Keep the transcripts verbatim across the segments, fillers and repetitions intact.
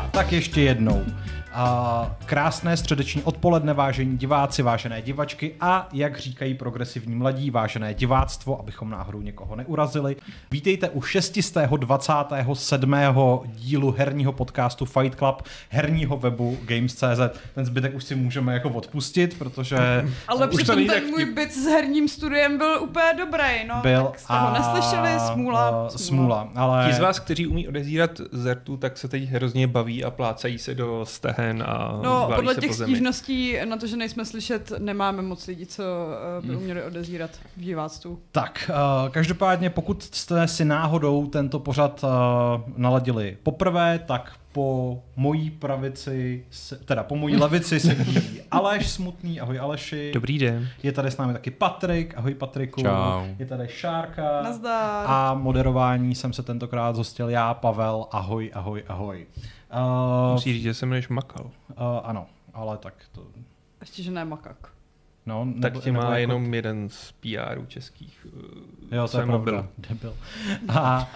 Dobrá, tak ještě jednou. A krásné středeční odpoledne, vážení diváci, vážené divačky a, jak říkají progresivní mladí, vážené diváctvo, abychom náhodou někoho neurazili. Vítejte u šestistého dvacátého sedmého dílu herního podcastu Fight Club, herního webu Games tečka cé zet. Ten zbytek už si můžeme jako odpustit, protože... Ale přitom ten můj bit s herním studiem byl úplně dobrý, no. Byl tak jste ho neslyšeli, smůla, a, smůla. ale... Ti z vás, kteří umí odezírat zertu, tak se teď hrozně baví a plácají se do stehen a no, válí podle se těch po zemi. stížností na to, že nejsme slyšet, nemáme moc lidí, co uh, by uměli odezírat v diváctvu. Tak, uh, každopádně, pokud jste si náhodou tento pořad uh, naladili poprvé, tak po mojí pravici, teda po mojí levici sedí Aleš Smutný, ahoj Aleši. Dobrý den. Je tady s námi taky Patrik, ahoj Patriku. Čau. Je tady Šárka. Nazdar. A moderování jsem se tentokrát zhostil já, Pavel, ahoj, ahoj, ahoj. Uh, Musí říct, že se jmenuješ Makal. Uh, ano, ale tak to... Ještě, že ne makak. No, nebo, Tak tě má jako... jenom jeden z P R českých. Uh, Jo, to je pravda. Debil. A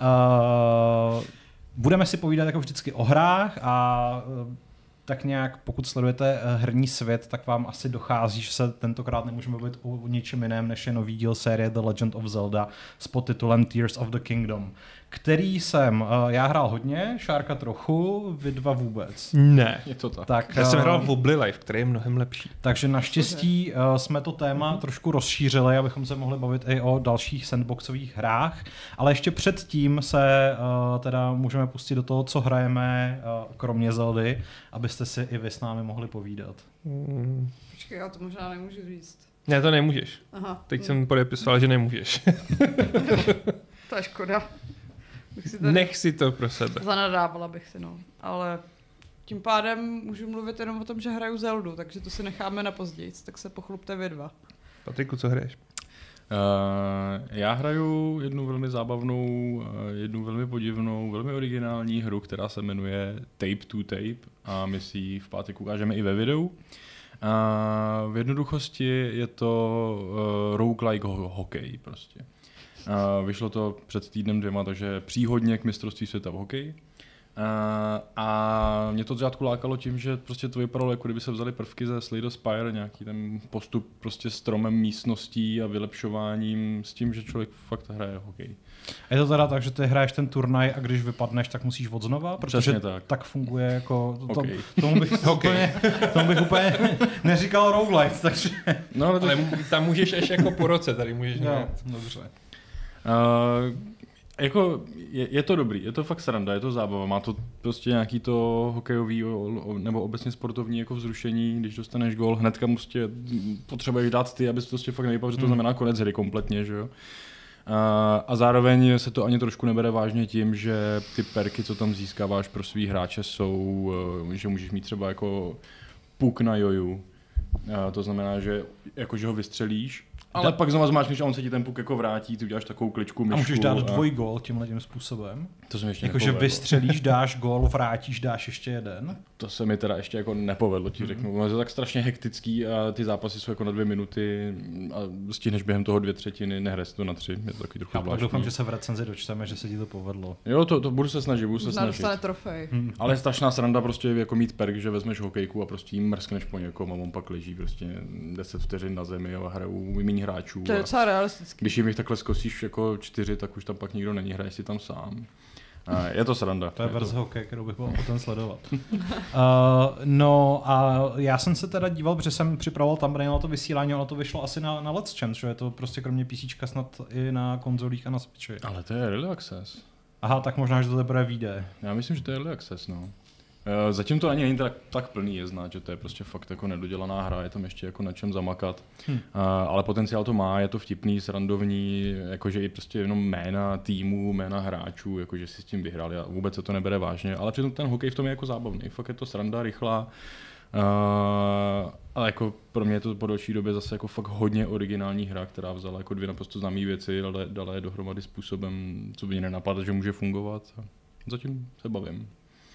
uh, budeme si povídat jako vždycky o hrách a uh, tak nějak, pokud sledujete herní svět, tak vám asi dochází, že se tentokrát nemůžeme bavit o, o ničem jiném, než je nový díl série The Legend of Zelda s podtitulem Tears of the Kingdom, který jsem, uh, já hrál hodně, Šárka trochu, vy dva vůbec. Ne. Je to tak. tak Já jsem uh, hrál v Oblivive, který je mnohem lepší. Takže naštěstí uh, jsme to téma trošku rozšířili, abychom se mohli bavit i o dalších sandboxových hrách, ale ještě předtím se uh, teda můžeme pustit do toho, co hrajeme uh, kromě Zeldy, abyste si i vy s námi mohli povídat. Mm. Počkej, já to možná nemůžu říct. Ne, to nemůžeš. Aha. Teď jsem podepisoval, že nemůžeš. To je škoda. Bych si tady... Nech si to pro sebe. Zanadávala bych si, no. Ale tím pádem můžu mluvit jenom o tom, že hraju Zeldu, takže to si necháme na později, tak se pochlupte vy dva. Patriku, co hraješ? Uh, já hraju jednu velmi zábavnou, uh, jednu velmi podivnou, velmi originální hru, která se jmenuje Tape to Tape a my si ji v pátek ukážeme i ve videu. Uh, v jednoduchosti je to uh, roguelike ho- hokej prostě. Uh, vyšlo to před týdnem dvěma, takže příhodně k mistrovství světa v hokeji. Uh, a mě to od začátku lákalo tím, že prostě to vypadalo, jako kdyby se vzali prvky ze Slay the Spire, nějaký ten postup prostě stromem místností a vylepšováním s tím, že člověk fakt hraje hokej. Je to teda tak, že ty hraješ ten turnaj a když vypadneš, tak musíš odznova? Protože Přesně tak. tak funguje jako... To, Okay. tomu, bych úplně, tomu bych úplně neříkal roguelite, takže... No, ale to... Ale tam můžeš až jako po roce, tady můžeš No, hrát. dobře. Uh, jako je, je to dobrý, je to fakt sranda, je to zábava, má to prostě nějaký to hokejový o, o, nebo obecně sportovní jako vzrušení, když dostaneš gól, hnedka prostě potřebuješ dát ty, abys to prostě fakt nevypadal, že to znamená konec hry kompletně, že jo. Uh, a zároveň se to ani trošku nebere vážně tím, že ty perky, co tam získáváš pro svý hráče, jsou, uh, že můžeš mít třeba jako puk na joju. Uh, to znamená, že jakože ho vystřelíš, ale Da- pak znovu zmáčkneš a on se ti ten puk jako vrátí, ty uděláš takovou kličku, myšku. A můžeš dát a... dvojgól tímhle tím způsobem? To se mi ještě Jakože nepovedlo. vystřelíš, dáš gól, vrátíš, dáš ještě jeden? To se mi teda ještě jako nepovedlo, ti řeknu. Mm. Je to tak strašně hektický a ty zápasy jsou jako na dvě minuty a stihneš během toho dvě třetiny, nehraje se to na tři. Je to takový trochu Já pak zvláštní. doufám, že se v recenzi dočteme, že se ti to povedlo. Jo, to, to budu se snažit, budu se Možná snažit. dostane trofej. Hmm. Ale je strašná sranda prostě jako mít perk, že vezmeš hokejku a prostě jim mrskneš po někom a on pak leží prostě deset vteřin na zemi a hrajou méně hráčů. To je A docela realistický. když jim jich takhle zkosíš jako čtyři, tak už tam pak nikdo není, hraješ si tam sám. A je to sranda. To je verze hokej, kterou bych mohl potom sledovat. uh, no a já jsem se teda díval, protože jsem připravoval tam na to vysílání, ono to vyšlo asi na, na Let's Chance, že je to prostě kromě PCčka snad i na konzolích a na Switchi. Ale to je early access. Aha, tak možná, že to teprve vyjde. Já myslím, že to je early access, no. E, zatím to ani není tak, tak plný, je znát, že to je prostě fakt jako nedodělaná hra, je tam ještě jako na čem zamakat. Hmm. E, ale potenciál to má, je to vtipný, srandovní, jakože i prostě jenom jména týmů, jména hráčů, jakože si s tím vyhráli a vůbec se to nebere vážně, ale přitom ten hokej v tom je jako zábavný, fakt je to sranda, rychlá. Uh, ale jako pro mě je to po další době zase jako fakt hodně originální hra, která vzala jako dvě naprosto známé věci, ale dala je dohromady způsobem, co by mě nenapadlo, že může fungovat. Zatím se bavím.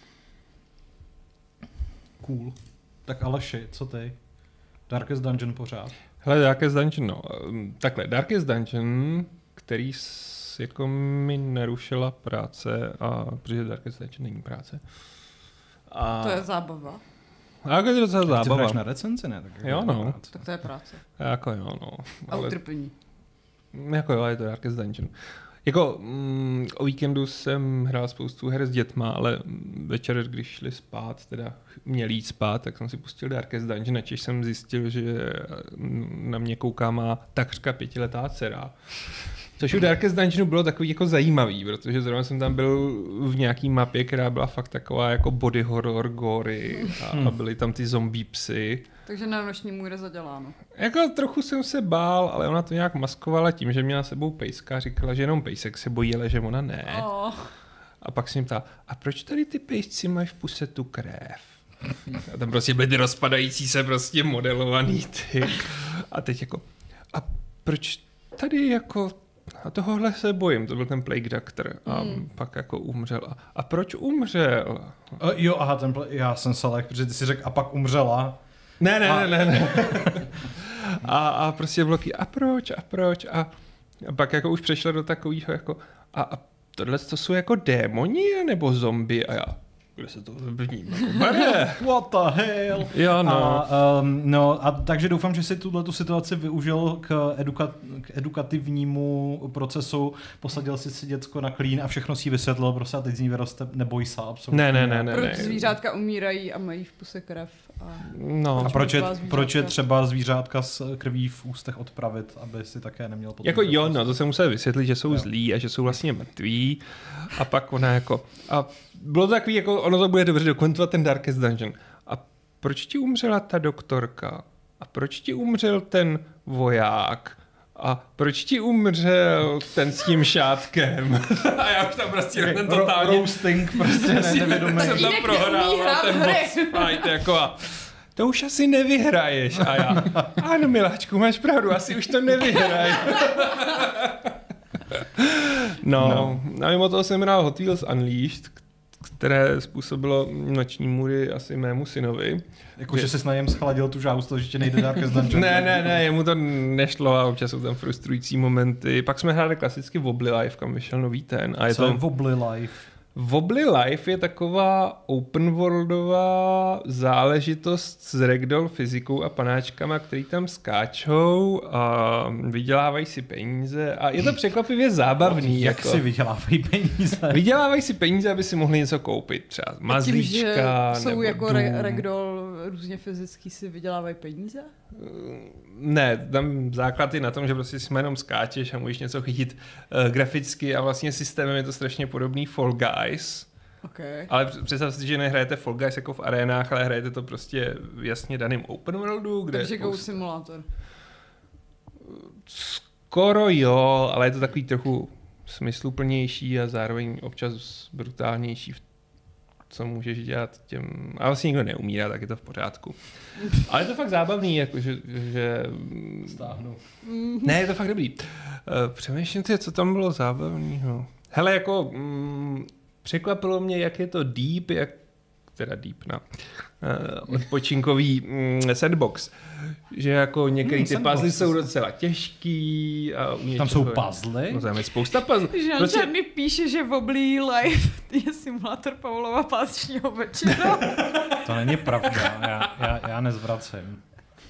Cool. Tak Aleši, co ty? Darkest Dungeon pořád? Hele, Darkest Dungeon, no. Takhle, Darkest Dungeon, který s, jako mi nerušila práce, a protože Darkest Dungeon není práce, A... To je zábava. A jako je to docela Ty zábava. hraješ na recenzi, ne? Tak jako Jo, to no. práce. Tak to je práce. Jako jo, no. A Ale, utrpení. jako jo, je to Darkest Dungeon. Jako mm, o víkendu jsem hrál spoustu her s dětma, ale večer, když šli spát, teda měli jít spát, tak jsem si pustil Darkest Dungeon, načež jsem zjistil, že na mě kouká má takřka pětiletá dcera. Což u Darkest Dungeonu bylo takový jako zajímavý, protože zrovna jsem tam byl v nějaký mapě, která byla fakt taková jako body horror, gory a, hmm. a byly tam ty zombie psy. Takže na noční můjde zaděláno. Jako trochu jsem se bál, ale ona to nějak maskovala tím, že měla sebou pejska a říkala, že jenom pejsek se bojí, ale že ona ne. Oh. A pak jsem ptala, a proč tady ty pejsci mají v puse tu krev? A tam prostě byly ty rozpadající se prostě modelovaný ty. A teď jako, a proč tady jako, a tohohle se bojím, to byl ten Plague Doctor a mm. pak jako umřel. A, a proč umřel? Uh, jo, aha, ten pl- já jsem se lek, protože ty si řekl, a pak umřela. Ne, ne, a... ne, ne, ne. a, a prostě bloky, a proč, a proč? A, a pak jako už přešla do takového jako, a, a tohle to jsou jako démoni nebo zombie? A já, kde se to vním jako bere? What the hell? Jo, no. A, um, no, a takže doufám, že si tuhletu situaci využil k, eduka- k edukativnímu procesu, posadil si si děcko na klín a všechno si vysvětlil, prostě a teď z ní vyroste, neboj se, absolutně. Ne, ne, ne, ne. Proč zvířátka umírají a mají v puse krev? A, no. A proč je, zvířátka? proč je třeba zvířátka s krví v ústech odpravit, aby si také neměl potom... Jako jo, no, to jsem musel vysvětlit, že jsou jo. zlí a že jsou vlastně mrtví. A pak ona jako... A bylo to takový, jako ono to bude dobře dokumentovat ten Darkest Dungeon. A proč ti umřela ta doktorka? A proč ti umřel ten voják? A proč ti umřel ten s tím šátkem? A já už tam prostě okay, ten totálně... Roasting, prostě ne, nevědomý. Jsem tam prohrával ten boss fight, jako a... To už asi nevyhraješ. A já, ano miláčku, máš pravdu, asi už to nevyhraj. No, no. A mimo toho jsem hrál Hot Wheels Unleashed, které způsobilo noční můry asi mému synovi. Jakože jsi na něm schladil tu žávu z toho, že tě nejde Darkest Dungeon. Ne, ne, ne, jemu to nešlo a občas jsou tam frustrující momenty. Pak jsme hráli klasicky Wobbly Life, kam vyšel nový ten. A je Co to... je Wobbly Life? Wobbly Life je taková open worldová záležitost s ragdoll fyzikou a panáčkama, který tam skáčou a vydělávají si peníze a je to překvapivě zábavný. Jak jako. si vydělávají peníze? Vydělávají si peníze, aby si mohli něco koupit, třeba mazlíčka. Tím, že jsou jako dům. re- ragdoll různě fyzicky si vydělávají peníze? Ne, tam základ je na tom, že prostě si jenom skáčeš a můžeš něco chytit uh, graficky a vlastně systémem je to strašně podobný Fall Guys. Okay. Ale představ si, že nehrajete Fall Guys jako v arénách, ale hrajete to prostě v jasně daným open worldu, kde... Takže Go Simulator. Skoro jo, ale je to takový trochu smysluplnější a zároveň občas brutálnější v co můžeš dělat těm... A vlastně nikdo neumírá, tak je to v pořádku. Ale je to fakt zábavný, jako že... že... Stáhnu. Ne, je to fakt dobrý. Uh, přemýšlím si, co tam bylo zábavného. Hele, jako... Mm, překvapilo mě, jak je to deep, jak... Teda deep, no. Uh, odpočinkový mm, sandbox. Že jako některé ty puzzle jsou docela těžký. A tam jsou puzzle? No tam je spousta puzzle. Žán prostě... Černý píše, že Wobbly Life je simulátor Pavlova pátečního večera. To není pravda, já, já, já nezvracím.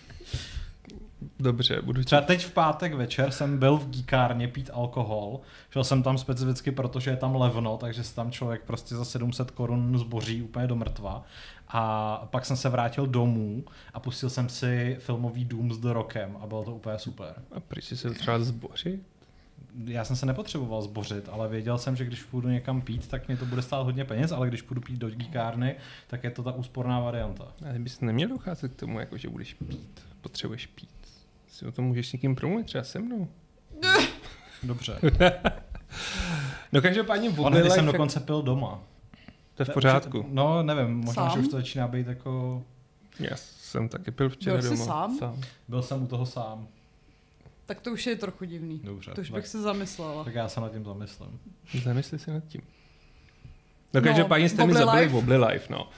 Dobře, budu... Třeba teď v pátek večer jsem byl v geekárně pít alkohol. Šel jsem tam specificky, protože je tam levno, takže se tam člověk prostě za sedm set korun zboří úplně do mrtva. A pak jsem se vrátil domů a pustil jsem si filmový Dům s The Rockem a bylo to úplně super. A proč jsi se třeba zbořit? Já jsem se nepotřeboval zbořit, ale věděl jsem, že když půjdu někam pít, tak mě to bude stát hodně peněz, ale když půjdu pít do geekárny, tak je to ta úsporná varianta. Ale bys neměl docházet k tomu, jako že budeš pít, potřebuješ pít. Si o tom můžeš s někým promluvit, třeba se mnou. Dobře. No každopádně Wobbly Life jsem dokonce pil doma. To je v pořádku. No, nevím, možná, sám? že už to začíná být jako... Já jsem taky pil včera Byl doma. jsi sám? sám? Byl jsem u toho sám. Tak to už je trochu divný. Dobře. To už bych tak, se zamyslela. tak já se nad tím zamyslím. Zamysli si nad tím. No každopádně jste mi Wobbly zabili Life. Wobbly Life, no.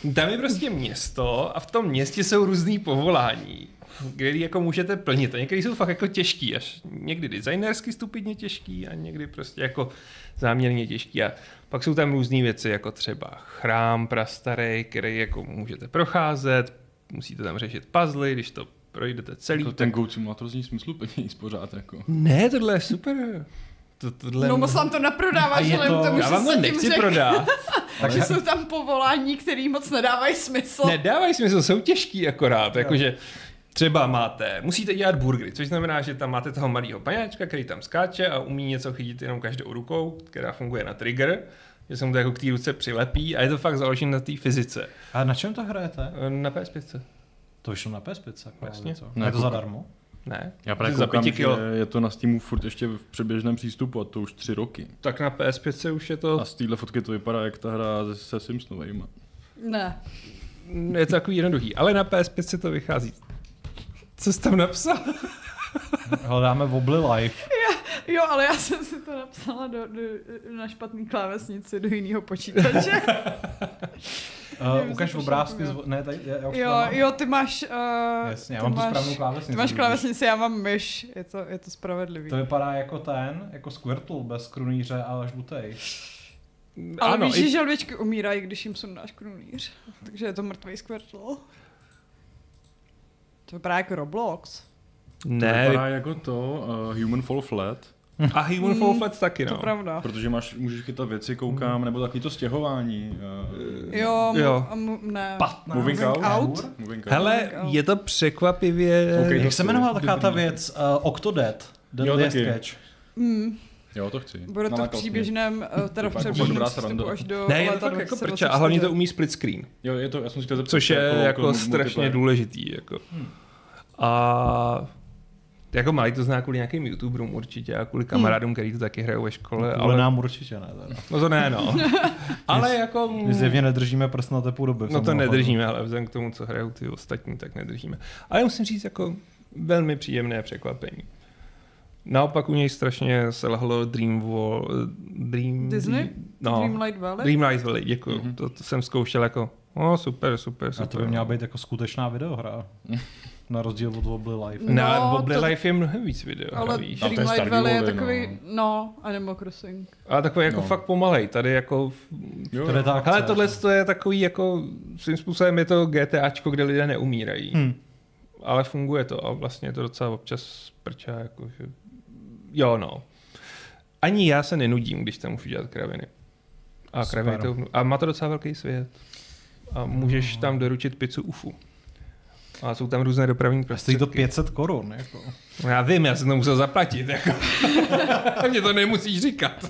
Tam je prostě město a v tom městě jsou různý povolání, kde jako můžete plnit. A někdy jsou fakt jako těžký, až někdy designersky stupidně těžký a někdy prostě jako záměrně těžký. A pak jsou tam různé věci, jako třeba chrám prastarý, který jako můžete procházet, musíte tam řešit puzzle, když to projdete celý. Jako ten Goat Simulator zní smysluplně pořád jako. Ne, tohle je super. To, tohle... No moc vám to naprodává, že to... tomu, Já vám to nechci řek... prodat. Takže jsou tam povolání, které moc nedávají smysl. Nedávají smysl, jsou těžký akorát, jakože třeba máte, musíte dělat burgery, což znamená, že tam máte toho malého paňáčka, který tam skáče a umí něco chytit jenom každou rukou, která funguje na trigger, že se mu to jako k té ruce přilepí a je to fakt založené na té fyzice. A na čem to hrajete? Na P S pět. To vyšlo na P S pět, jako, Jasně. co? Ne, Je to jako- zadarmo? Ne? Já právě Za koukám, pěti že kilo. je to na Steamu furt ještě v předběžném přístupu a to už tři roky. Tak na P S pět už je to, A z téhle fotky to vypadá jak ta hra se- se Sims novejma. Ne. je to takový jednoduchý, ale na P S pět to vychází. Co jsi tam napsal? Hledáme Wobbly Life. Jo, ale já jsem si to napsala do, do, na špatný klávesnici do jiného počítače. Uh, Nevím, ukaž co obrázky. pošlu, Z... Ne, tady, já, já už Jo, to mám. jo, ty máš... Uh, Jasně, já ty mám tu máš, správnou klávesnici. Ty máš vidíš. klávesnici, já mám myš. Je to, je to spravedlivý. To vypadá jako ten, jako Squirtle bez krunýře a žlutej. Ale Ano, víš, i- že želvičky umírají, když jim sundáš krunýř. Takže je to mrtvý Squirtle. To vypadá jako Roblox. To Ne, vypadá jako to uh, Human Fall Flat, a Human Fall Flat taky, To no. pravda. protože máš, můžeš chytat věci, koukám, nebo takový to stěhování. Uh, Jo, mu, Jo. a mu, ne. patnáct Moving out? out? Moving Hele, Moving out. je to překvapivě... Okay. Jak se jmenovala taková ta věc? Uh, Octodad. Jo, Deadliest taky. Catch. Mm, Jo, to chci. bude to v Nalákal jsi mě. příběžném, eh, teda v Vypadá jako předběžném dobrá přístupu sranda. až do Ne, je to léta fakt jako dvacet prča dvacet a hlavně to čtyři. umí split screen, Jo, je to, já jsem si chtěl zeptat. což je jako- jako jako strašně multiplayer. důležitý. Jako. A jako malý to zná kvůli nějakým youtuberům určitě a kvůli kamarádům, který to taky hrajou ve škole. Ale Ale... nám určitě ne. Teda. No to ne, no. Ale jako... My zjevně nedržíme prst na tepu doby. v No tom to ohledu. nedržíme, ale vzhledem k tomu, co hrajou ty ostatní, tak nedržíme. Ale musím říct, jako velmi příjemné překvapení. Naopak u něj strašně selhalo Dream Wall, Dream... Disney? No, Dreamlight Valley? Dreamlight Valley, děkuju. Mhm. To, to jsem zkoušel jako, o super, super, A super. to by měla být jako skutečná videohra. Na rozdíl od Wobbly Life. Na No, Wobbly to- Life je mnohem víc video, Ale víš. Tam to je Dreamlight Stardew Valley je Valley, takový, no, Animal Crossing. Ale takový jako No. fakt pomalej, tady jako... Jo, To je ta akce. Hele, tohle to je takový jako, svým způsobem je to GTAčko, kde lidé neumírají. Hm. Ale funguje to a vlastně je to docela občas prčá, jako že... Jo, no. Ani já se nenudím, když tam můžu dělat kraviny. A Super. kraviny to... A má to docela velký svět. A můžeš tam doručit pizzu U F U. A jsou tam různé dopravní Stojí prostředky. to pět set korun. Jako. No já vím, já jsem to musel zaplatit. Jako. Mě to nemusíš říkat.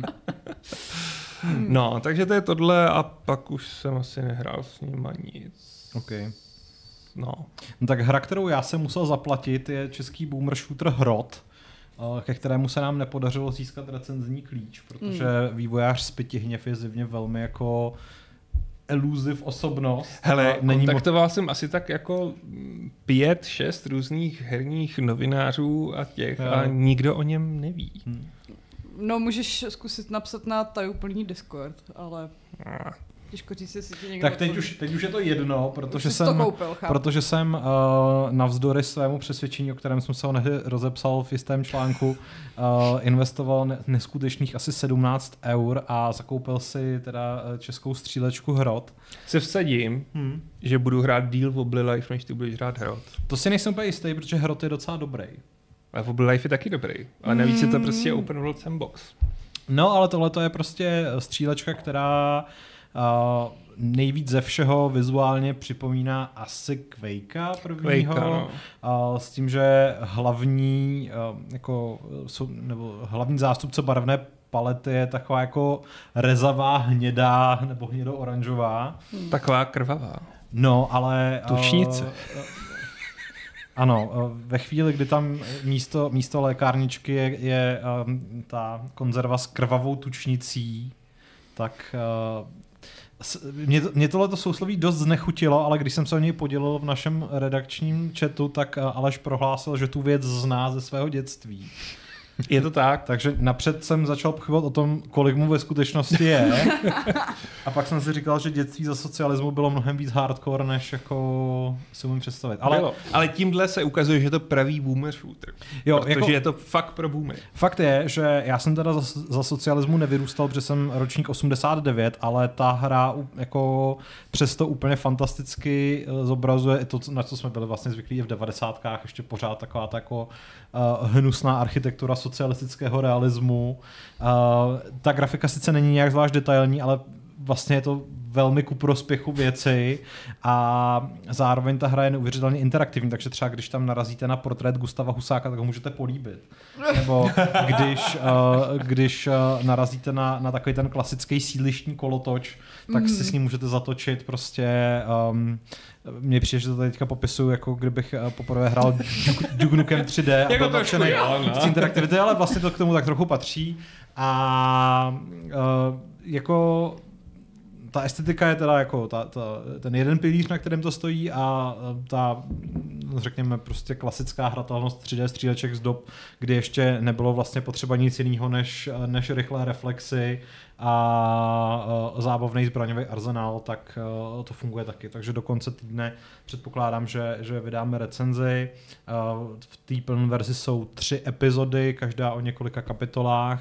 No, takže to je tohle a pak už jsem asi nehrál s nima nic. Okay. No. No tak hra, kterou já jsem musel zaplatit, je český boomer shooter Hrot, eh, ke kterému se nám nepodařilo získat recenzní klíč, protože Hmm. vývojář Spytihněv je zjevně velmi jako elusive osobnost. Hele, A není mo- kontaktoval jsem asi tak jako pět, šest různých herních novinářů a těch Jo. a nikdo o něm neví. Hm. No, můžeš zkusit napsat na tajuplný Discord, ale Ah. těžko říct, jestli ti někdo Tak teď odpoví. už, teď už je to jedno, protože Už jsi to jsem, koupil, chápu. protože jsem uh, navzdory svému přesvědčení, o kterém jsem se onehdy rozepsal v jistém článku, uh, investoval ne- neskutečných asi sedmnáct eur a zakoupil si teda eh, českou střílečku Hrot. Se vsadím, Hm. že budu hrát díl v Wobbly Life, než ty budeš hrát Hrot. To si nejsem úplně jistý, protože Hrot je docela dobrý. Ale Wobbly Life je taky dobrý. Ale navíc je to prostě open world sandbox. No, ale tohle to je prostě střílečka, která uh, nejvíc ze všeho vizuálně připomíná asi Quakea prvního. Quakea, no. Uh, s tím, že hlavní, uh, jako, jsou, nebo hlavní zástupce barevné palety je taková jako rezavá hnědá nebo hnědo-oranžová. Taková krvavá. No, ale... Tučnice. Uh, ano, uh, ve chvíli, kdy tam místo, místo lékárničky je, je um, ta konzerva s krvavou tučnicí, tak uh, s, mě, to- mě tohleto sousloví dost znechutilo, ale když jsem se o něj podělil v našem redakčním chatu, tak uh, Aleš prohlásil, že tu věc zná ze svého dětství. Je to tak. Takže napřed jsem začal pochybovat o tom, kolik mu ve skutečnosti je. A pak jsem si říkal, že dětství za socialismu bylo mnohem víc hardcore, než jako si umím představit. Ale, Bylo. Ale tímhle se ukazuje, že je to pravý boomer shooter. Jo, protože jako- je to fakt pro boomery. Fakt je, že já jsem teda za, za socialismu nevyrůstal, protože jsem ročník osmdesát devět, ale ta hra u- jako přesto úplně fantasticky eh, zobrazuje i to, co- na co jsme byli vlastně zvyklí i v devadesátkách, ještě pořád taková ta jako uh, hnusná architektura socialistického realismu. Uh, ta grafika sice není nějak zvlášť detailní, ale vlastně je to velmi ku prospěchu věci a zároveň ta hra je neuvěřitelně interaktivní, takže třeba když tam narazíte na portrét Gustava Husáka, tak ho můžete políbit. Nebo když, uh, když uh, narazíte na, na takový ten klasický sídlištní kolotoč, tak mm. si s ním můžete zatočit prostě. Um, mně přijde, že to teďka popisuju, jako kdybych uh, poprvé hrál Duke, Duke Nukem tři dé a byl nadšený z interaktivity, ale vlastně to k tomu tak trochu patří. A uh, jako ta estetika je teda jako ta, ta, ten jeden pilíř, na kterém to stojí a ta, řekněme, prostě klasická hratelnost tři dé stříleček z dob, kdy ještě nebylo vlastně potřeba nic jiného než, než rychlé reflexy a zábavný zbraňový arzenál, tak to funguje taky. Takže do konce týdne předpokládám, že, že vydáme recenzi. V té plné verzi jsou tři epizody, každá o několika kapitolách.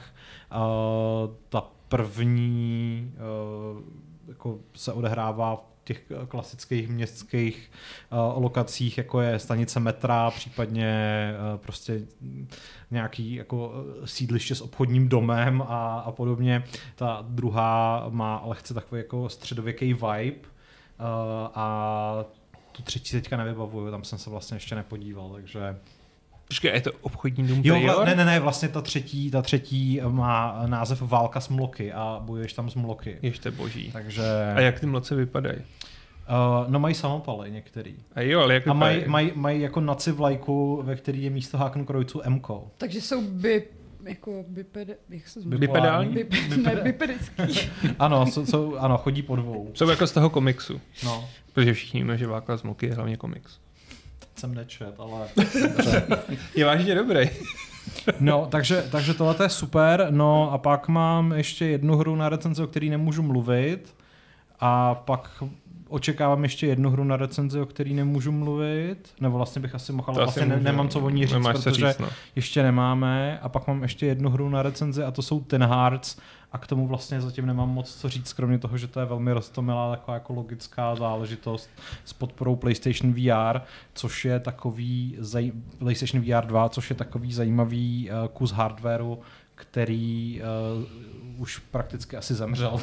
Ta první jako se odehrává v těch klasických městských uh, lokacích, jako je stanice metra, případně uh, prostě nějaký jako sídliště s obchodním domem a, a podobně. Ta druhá má lehce takový jako středověký vibe uh, a tu třetí teďka nevybavuju, tam jsem se vlastně ještě nepodíval, takže Počkej, je to obchodní dům Jo, Prior? vla, ne, ne, ne, vlastně ta třetí, ta třetí má název Válka s mloky a bojuješ tam s mloky. Ještě boží. Takže... A jak ty mloci vypadají? Uh, no mají samopaly některý. A jo, ale jak A mají, vypadají? mají, mají jako naci vlajku, ve který je místo Hakenkreuzu M-ko. Takže jsou by, jako bipede, jak se zmluví? Bipedální? Bip, ne, bipedický. Ano, jsou, jsou, ano, chodí po dvou. Jsou jako z toho komiksu. No, Protože všichni víme, že Válka z mloky je hlavně komiks. jsem nečet, ale... Je vážně dobrý. No, takže, takže tohle je super. No a pak mám ještě jednu hru na recenzi, o který nemůžu mluvit. A pak očekávám ještě jednu hru na recenzi, o který nemůžu mluvit. Nebo vlastně bych asi mohl, ale vlastně ne, nemám co o ní říct, protože říct, no. ještě nemáme. A pak mám ještě jednu hru na recenzi a to jsou Tin Hearts. A k tomu vlastně zatím nemám moc co říct, kromě toho, že to je velmi roztomilá taková jako logická záležitost s podporou PlayStation V R, což je takový zaj- PlayStation V R dva, což je takový zajímavý uh, kus hardwareu, který uh, už prakticky asi zemřel.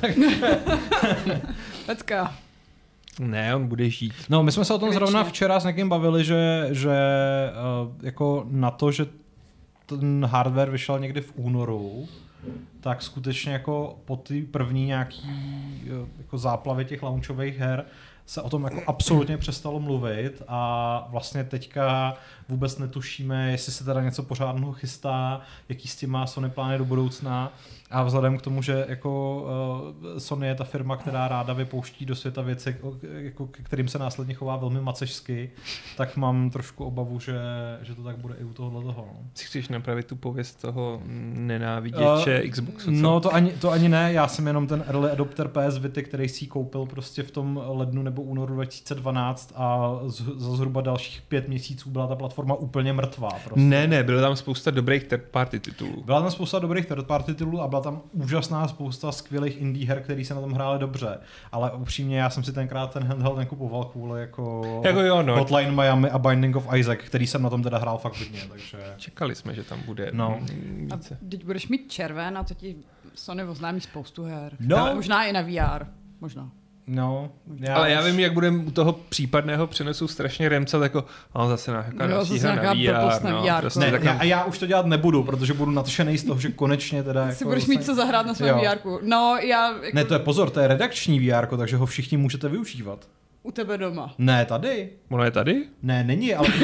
Pecka. Ne, on bude žít. No, my jsme se o tom Konečně. zrovna včera s někým bavili, že, že uh, jako na to, že ten hardware vyšel někdy v únoru, tak skutečně jako po té první nějaký uh, jako záplavě těch launchových her se o tom jako absolutně přestalo mluvit a vlastně teďka vůbec netušíme, jestli se teda něco pořádného chystá, jaký s tím má Sony plány do budoucna a vzhledem k tomu, že jako uh, Sony je ta firma, která ráda vypouští do světa věci, jako, k kterým se následně chová velmi macežsky, tak mám trošku obavu, že, že to tak bude i u tohohle toho. No. Si chceš napravit tu pověst toho nenáviděče uh, Xboxu, co? No to ani, to ani ne, já jsem jenom ten early adopter P S Vity, který si ji koupil prostě v tom lednu nebo únoru dva tisíce dvanáct a z, za zhruba dalších pět měsíců byla ta platforma úplně mrtvá. Prostě. Ne, ne, bylo tam spousta dobrých third party titulů. Byla tam spousta dobrých third party titulů a byla tam úžasná spousta skvělých indie her, který se na tom hráli dobře. Ale upřímně já jsem si tenkrát ten handheld nekupoval kvůli jako, Jako jo, no. Hotline Miami a Binding of Isaac, který jsem na tom teda hrál fakt hodně, takže... Čekali jsme, že tam bude No. mm, A více. teď budeš mít červen a to ti Sony oznámí spoustu her. No. A možná i na V R. Možná. No, já Ale já už- vím, jak budeme u toho případného přenesu strašně remcat, jako no, zase nějaká Jo, další zase hra na nějaká blbost V R. na No, V R, prostě Ne, tak já, a já už to dělat nebudu, protože budu nadšený z toho, že konečně teda... Si jako budeš vlastně- mít co zahrát na svém Jo. V R ku. No, já jako Ne, to je pozor, to je redakční V R, takže ho všichni můžete využívat. u tebe doma. Ne, tady. Ono je tady? Ne, není, ale...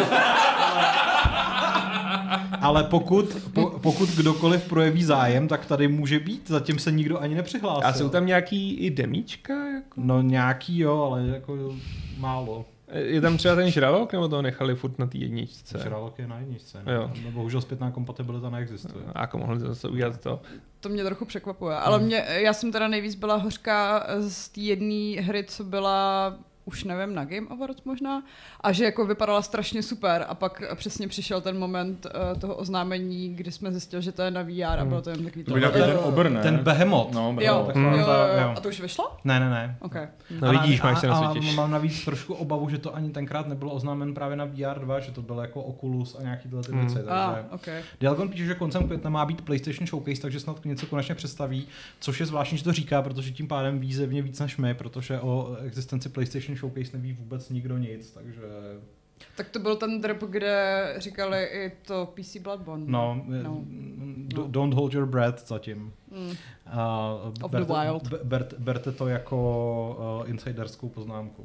ale pokud, po, pokud kdokoliv projeví zájem, tak tady může být. Zatím se nikdo ani nepřihlásil. A jsou tam nějaký i demíčka? Jako? No nějaký jo, ale jako málo. Je tam třeba ten žralok, nebo to nechali furt na té jedničce? Žralok je na jedničce, Jo. no. Bohužel zpětná kompatibilita neexistuje. A jako mohli zase udělat to. To mě trochu překvapuje, ale mě, já jsem teda nejvíc byla hořká z té jedné hry, co byla, už nevím, na Game Awards možná, a že jako vypadala strašně super a pak přesně přišel ten moment uh, toho oznámení, kdy jsme zjistili, že to je na V R a bylo to jen takový To by takový ten obr, ne? Ten Behemoth. No, Jo, bravo. jo, Mm. jo, jo. jo. A to už vyšlo? Ne, ne, ne. Okay. No A- vidíš, máš se a, na a světiš. mám navíc trošku obavu, že to ani tenkrát nebylo oznámen právě na V R dva, že to bylo jako Oculus a nějaký tyhle ty Hmm. věci. Takže Ah, okay. Dialgon píše, že koncem května má být PlayStation Showcase, takže snad něco konečně představí, což je zvláštní, že to říká, protože tím pádem ví zevně víc než my, protože o existenci PlayStation Showcase neví vůbec nikdo nic, takže Tak to byl ten drop, kde říkali i to P C Bloodborne. no, No. d- don't hold your breath zatím. Mm. A Of the berte, wild. b- berte, berte to jako uh, insiderskou poznámku.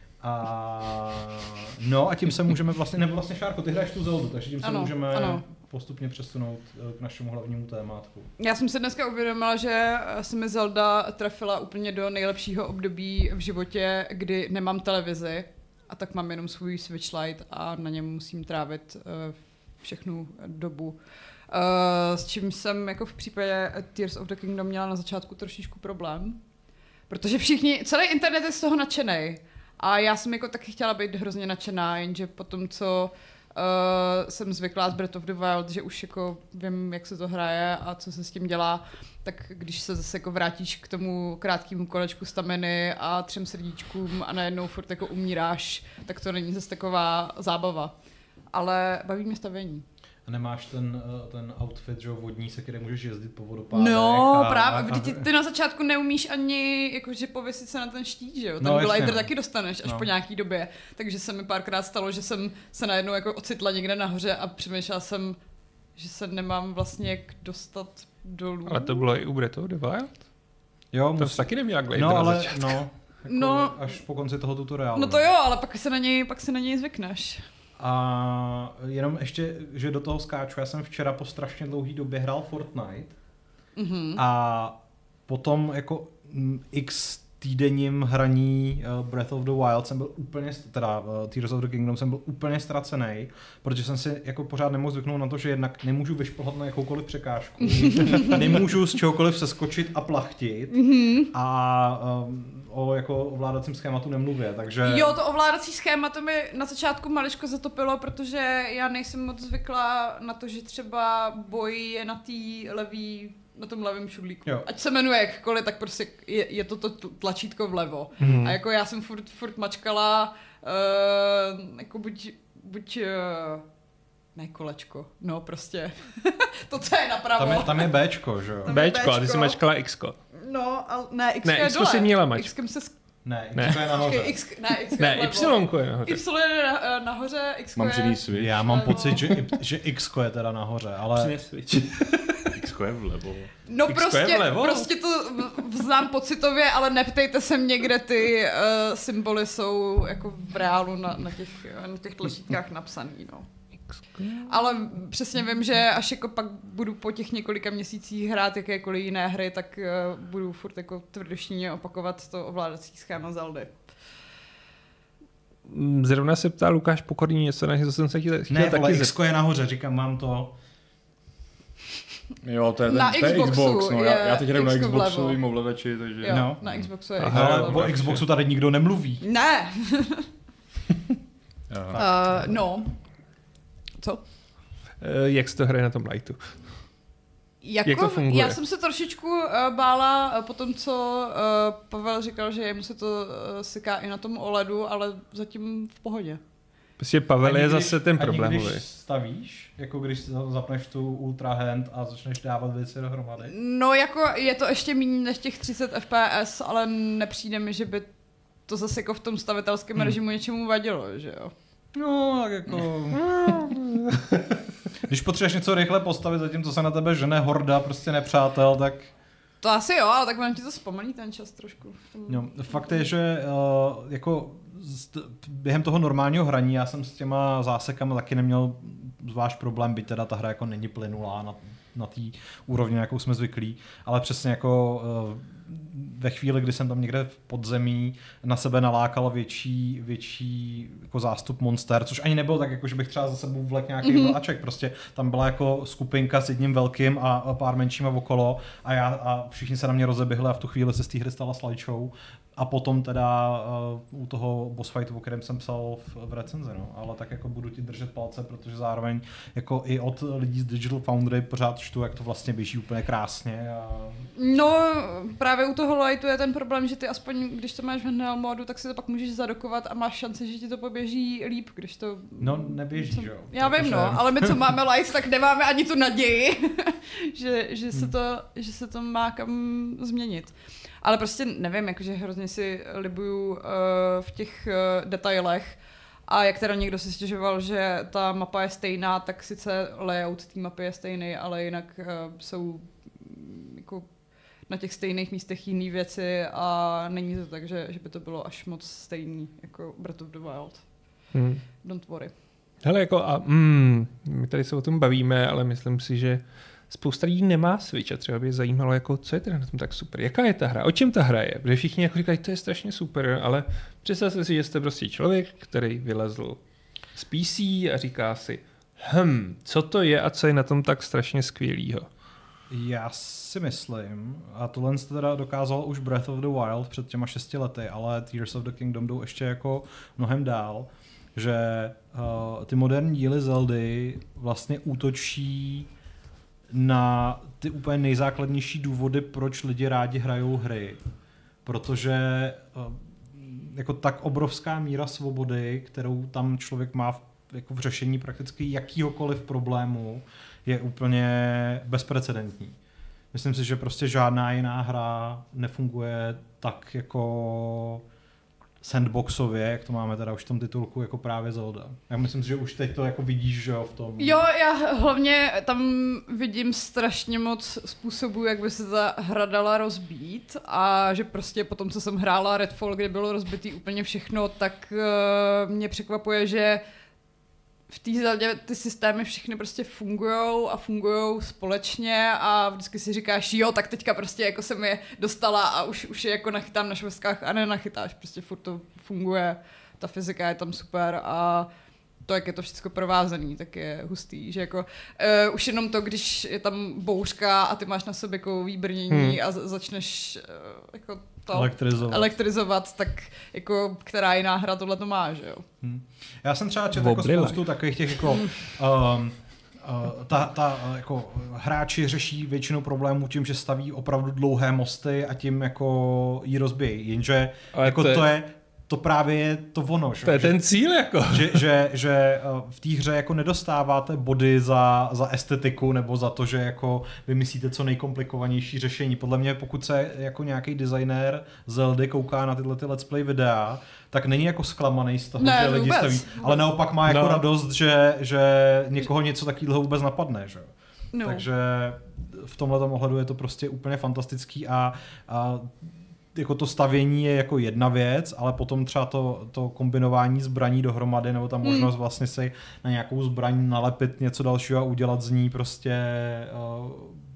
A no a tím se můžeme vlastně, nebo vlastně Šárko, ty hraješ tu Zeldu, takže tím se Ano, můžeme ano. postupně přesunout uh, k našemu hlavnímu témátku. Já jsem si dneska uvědomila, že se mi Zelda trefila úplně do nejlepšího období v životě, kdy nemám televizi a tak mám jenom svůj Switch Lite a na něm musím trávit uh, všechnu dobu. Uh, s čím jsem jako v případě Tears of the Kingdom měla na začátku trošičku problém, protože všichni, celý internet je z toho nadšenej a já jsem jako taky chtěla být hrozně nadšená, jenže potom, co Uh, jsem zvyklá z Breath of the Wild, že už jako vím, jak se to hraje a co se s tím dělá, tak když se zase jako vrátíš k tomu krátkému kolečku staminy a třem srdíčkům a najednou furt jako umíráš, tak to není zase taková zábava. Ale baví mě stavění. A nemáš ten, uh, ten outfit, že jo, vodní, se kterým můžeš jezdit po vodopádech. No, a, právě, a, ty, ty na začátku neumíš ani jakože pověsit se na ten štít, že jo? Ten No, jasně, glider no. taky dostaneš až No. po nějaký době. Takže se mi párkrát stalo, že jsem se najednou jako ocitla někde nahoře a přemýšlela jsem, že se nemám vlastně jak dostat dolů. Ale to bylo i u Breath of the Wild? Jo, To musí, jsi taky neměla glider no, na ale začátku. no, jako No. až po konci toho tutoriálu. No to jo, ale pak se na něj, pak se na něj zvykneš. A jenom ještě, že do toho skáču, já jsem včera po strašně dlouhý době hrál Fortnite Mhm. a potom jako mm, x týdenním hraní uh, Breath of the Wild jsem byl úplně, teda uh, Tears of the Kingdom jsem byl úplně ztracený, protože jsem si jako pořád nemohl zvyknout na to, že jednak nemůžu vyšplhat na jakoukoliv překážku, nemůžu z čehokoliv seskočit a plachtit a um, o jako ovládacím schématu nemluvě, takže... Jo, to ovládací schéma to mi na začátku maličko zatopilo, protože já nejsem moc zvyklá na to, že třeba boj je na té levý, na tom levém šudlíku. Jo. Ať se jmenuje jakkoliv, tak prostě je, je to to tlačítko vlevo. Mhm. A jako já jsem furt, furt mačkala uh, jako buď, buď uh, ne kolečko, no prostě to, co je napravo. Tam je, tam je Bčko, že jo? Tam je Bčko, a ty Bčko. si mačkala Xko. No, ale ne, X Ne, je Xko dole. si měla mačkat. Xkem se sk- Ne, Ne. to je nahoře. Počkej, X, ne, X Ne, je vlevo. Y je nahoře. Y je na, nahoře, X Mám je... přinést Switch. Já mám Vlevo. pocit, že, i- že X je teda nahoře, ale... Přines Switch. X je vlevo. No X je prostě, vlevo? prostě to znám pocitově, ale neptejte se mě, kde ty uh, symboly jsou jako v reálu na, na, těch, na těch tlačítkách napsaný, no. Ale přesně vím, že až jako pak budu po těch několika měsících hrát jakékoliv jiné hry, tak uh, budu furt jako tvrdoštíně opakovat to ovládací schéma Zeldy. Mm, Zrovna se ptá Lukáš Pokorný něco, na co jsem se chtěl, chtěl Ne, ale taky X zeptat. je nahoře, říkám, mám to. Jo, to je, ten, Na to je Xboxu Xbox, no. je Já, já teď hraju na Xko vlevo. Xboxovým ovladači, takže... Jo, No. na Xboxu je Aha, Xbox Ale vlevo. o Xboxu tady nikdo nemluví. Ne! Jo. Uh, no. Co? Eh, Jak se to hraje na tom lightu? Jako, Jak to funguje? Já jsem se trošičku uh, bála uh, po tom, co uh, Pavel říkal, že jemu se to uh, syká i na tom O L E D u, ale zatím v pohodě. Prostě Pavel Ani je když- zase ten ani problémový. když stavíš, jako když zapneš tu ultra hand a začneš dávat věci dohromady. No jako je to ještě méně než těch třicet F P S, ale nepřijde mi, že by to zase jako v tom stavitelském Hmm. režimu něčemu vadilo, že jo. No, tak jako... Když potřebuješ něco rychle postavit, zatímco se na tebe žene horda prostě nepřátel, tak... To asi jo, ale tak vám ti to zpomalí ten čas trošku. No, fakt je, že uh, jako z- během toho normálního hraní já jsem s těma zásekama taky neměl zvlášť problém, byť teda ta hra jako není plynulá na, na té úrovni, jakou jsme zvyklí, ale přesně jako uh, ve chvíli, kdy jsem tam někde v podzemí na sebe nalákal větší, větší jako zástup monster, což ani nebylo tak, jako že bych třeba za sebou vlek nějaký mm-hmm. vláček, prostě tam byla jako skupinka s jedním velkým a, a pár menšíma okolo a, já, a všichni se na mě rozeběhli a v tu chvíli se z té hry stala slideshow. A potom teda uh, u toho boss fightu, o kterém jsem psal v, v recenzi, no. Ale tak jako budu ti držet palce, protože zároveň jako i od lidí z Digital Foundry pořád čtu, jak to vlastně běží úplně krásně. A... No právě u toho lightu je ten problém, že ty aspoň, když to máš v handheld modu, tak si to pak můžeš zadokovat a máš šanci, že ti to poběží líp, když to... No neběží, co... že jo. Já protože... vím, no, ale my co máme light, tak nemáme ani tu naději, že, že, se to, že se to má kam změnit. Ale prostě nevím, jakože hrozně si libuju uh, v těch uh, detailech a jak teda někdo si stěžoval, že ta mapa je stejná, tak sice layout té mapy je stejný, ale jinak uh, jsou jako na těch stejných místech jiné věci a není to tak, že, že by to bylo až moc stejný jako Breath of the Wild. Hmm. Don't worry. Hele, jako a mm, my tady se o tom bavíme, ale myslím si, že spousta lidí nemá Switch a třeba by je zajímalo, jako, co je teda na tom tak super. Jaká je ta hra? O čem ta hra je? Protože všichni jako říkají, to je strašně super, ale představte si, že jste prostě člověk, který vylezl z P C a říká si, hm, co to je a co je na tom tak strašně skvělýho? Já si myslím, a tohle jste teda dokázal už Breath of the Wild před těma šesti lety, ale Tears of the Kingdom jdou ještě jako mnohem dál, že uh, ty moderní díly Zeldy vlastně útočí na ty úplně nejzákladnější důvody, proč lidi rádi hrajou hry. Protože uh, jako tak obrovská míra svobody, kterou tam člověk má v, jako v řešení prakticky jakýhokoliv problému, je úplně bezprecedentní. Myslím si, že prostě žádná jiná hra nefunguje tak jako sandboxově, jak to máme teda už v tom titulku, jako právě Zelda. Já myslím si, že už teď to jako vidíš, že jo, v tom. Jo, já hlavně tam vidím strašně moc způsobů, jak by se ta hra dala rozbít a že prostě potom, co jsem hrála Redfall, kde bylo rozbitý úplně všechno, tak uh, mě překvapuje, že v té Zeldě ty systémy všechny prostě fungujou a fungujou společně a vždycky si říkáš, jo, tak teďka prostě jako jsem je dostala a už, už je jako nachytám na švestkách a nenachytáš, prostě furt to funguje, ta fyzika je tam super a to, jak je to všechno provázaný, tak je hustý, že jako uh, už jenom to, když je tam bouřka a ty máš na sobě kovový brnění hmm. a z- začneš uh, jako to elektrizovat. elektrizovat, tak jako která jiná hra tohle to má, že jo? Hmm. Já jsem třeba četl jako spoustu takových těch jako um, uh, ta, ta uh, jako hráči řeší většinu problémů tím, že staví opravdu dlouhé mosty a tím jako jí rozbíjí, jenže jako to je, to je to právě je to ono. Že? To je ten cíl, jako. Že, že, že v té hře jako nedostáváte body za, za estetiku nebo za to, že jako vymyslíte co nejkomplikovanější řešení. Podle mě, pokud se jako nějaký designér Zeldy kouká na tyhle ty let's play videa, tak není jako zklamaný z toho, ne, že lidi vůbec. staví, ale naopak má jako no. radost, že, že někoho něco takového vůbec napadne. Že? No. Takže v tomhletom ohledu je to prostě úplně fantastický a, a jako to stavění je jako jedna věc, ale potom třeba to, to kombinování zbraní dohromady, nebo ta možnost hmm. vlastně si na nějakou zbraň nalepit něco dalšího a udělat z ní prostě uh,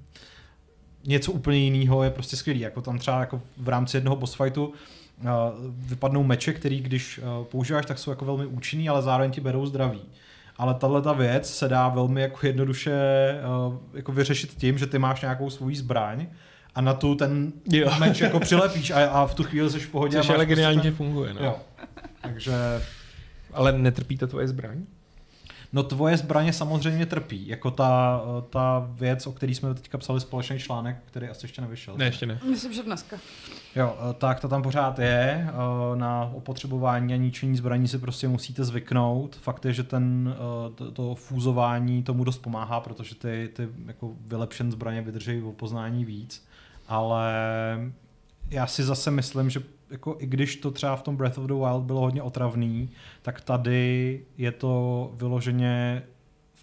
něco úplně jiného je prostě skvělý. Jako tam třeba jako v rámci jednoho boss fightu uh, vypadnou meče, který když uh, používáš, tak jsou jako velmi účinný, ale zároveň ti berou zdraví. Ale tato věc se dá velmi jako jednoduše uh, jako vyřešit tím, že ty máš nějakou svou zbraň a na tu ten jo. meč jako přilepíš a, a v tu chvíli jsi v pohodě. Což ale geniálně ten... funguje. No. Jo. Takže... Ale netrpí to tvoje zbraň? No tvoje zbraně samozřejmě trpí. Jako ta, ta věc, o který jsme teďka psali společný článek, který asi ještě nevyšel. Ne, ještě ne. Myslím, že dneska. Jo, tak to tam pořád je. Na opotřebování a ničení zbraní si prostě musíte zvyknout. Fakt je, že ten, to, to fúzování tomu dost pomáhá, protože ty, ty jako vylepšené zbraně vydrží v poznání víc. Ale já si zase myslím, že jako i když to třeba v tom Breath of the Wild bylo hodně otravný, tak tady je to vyloženě v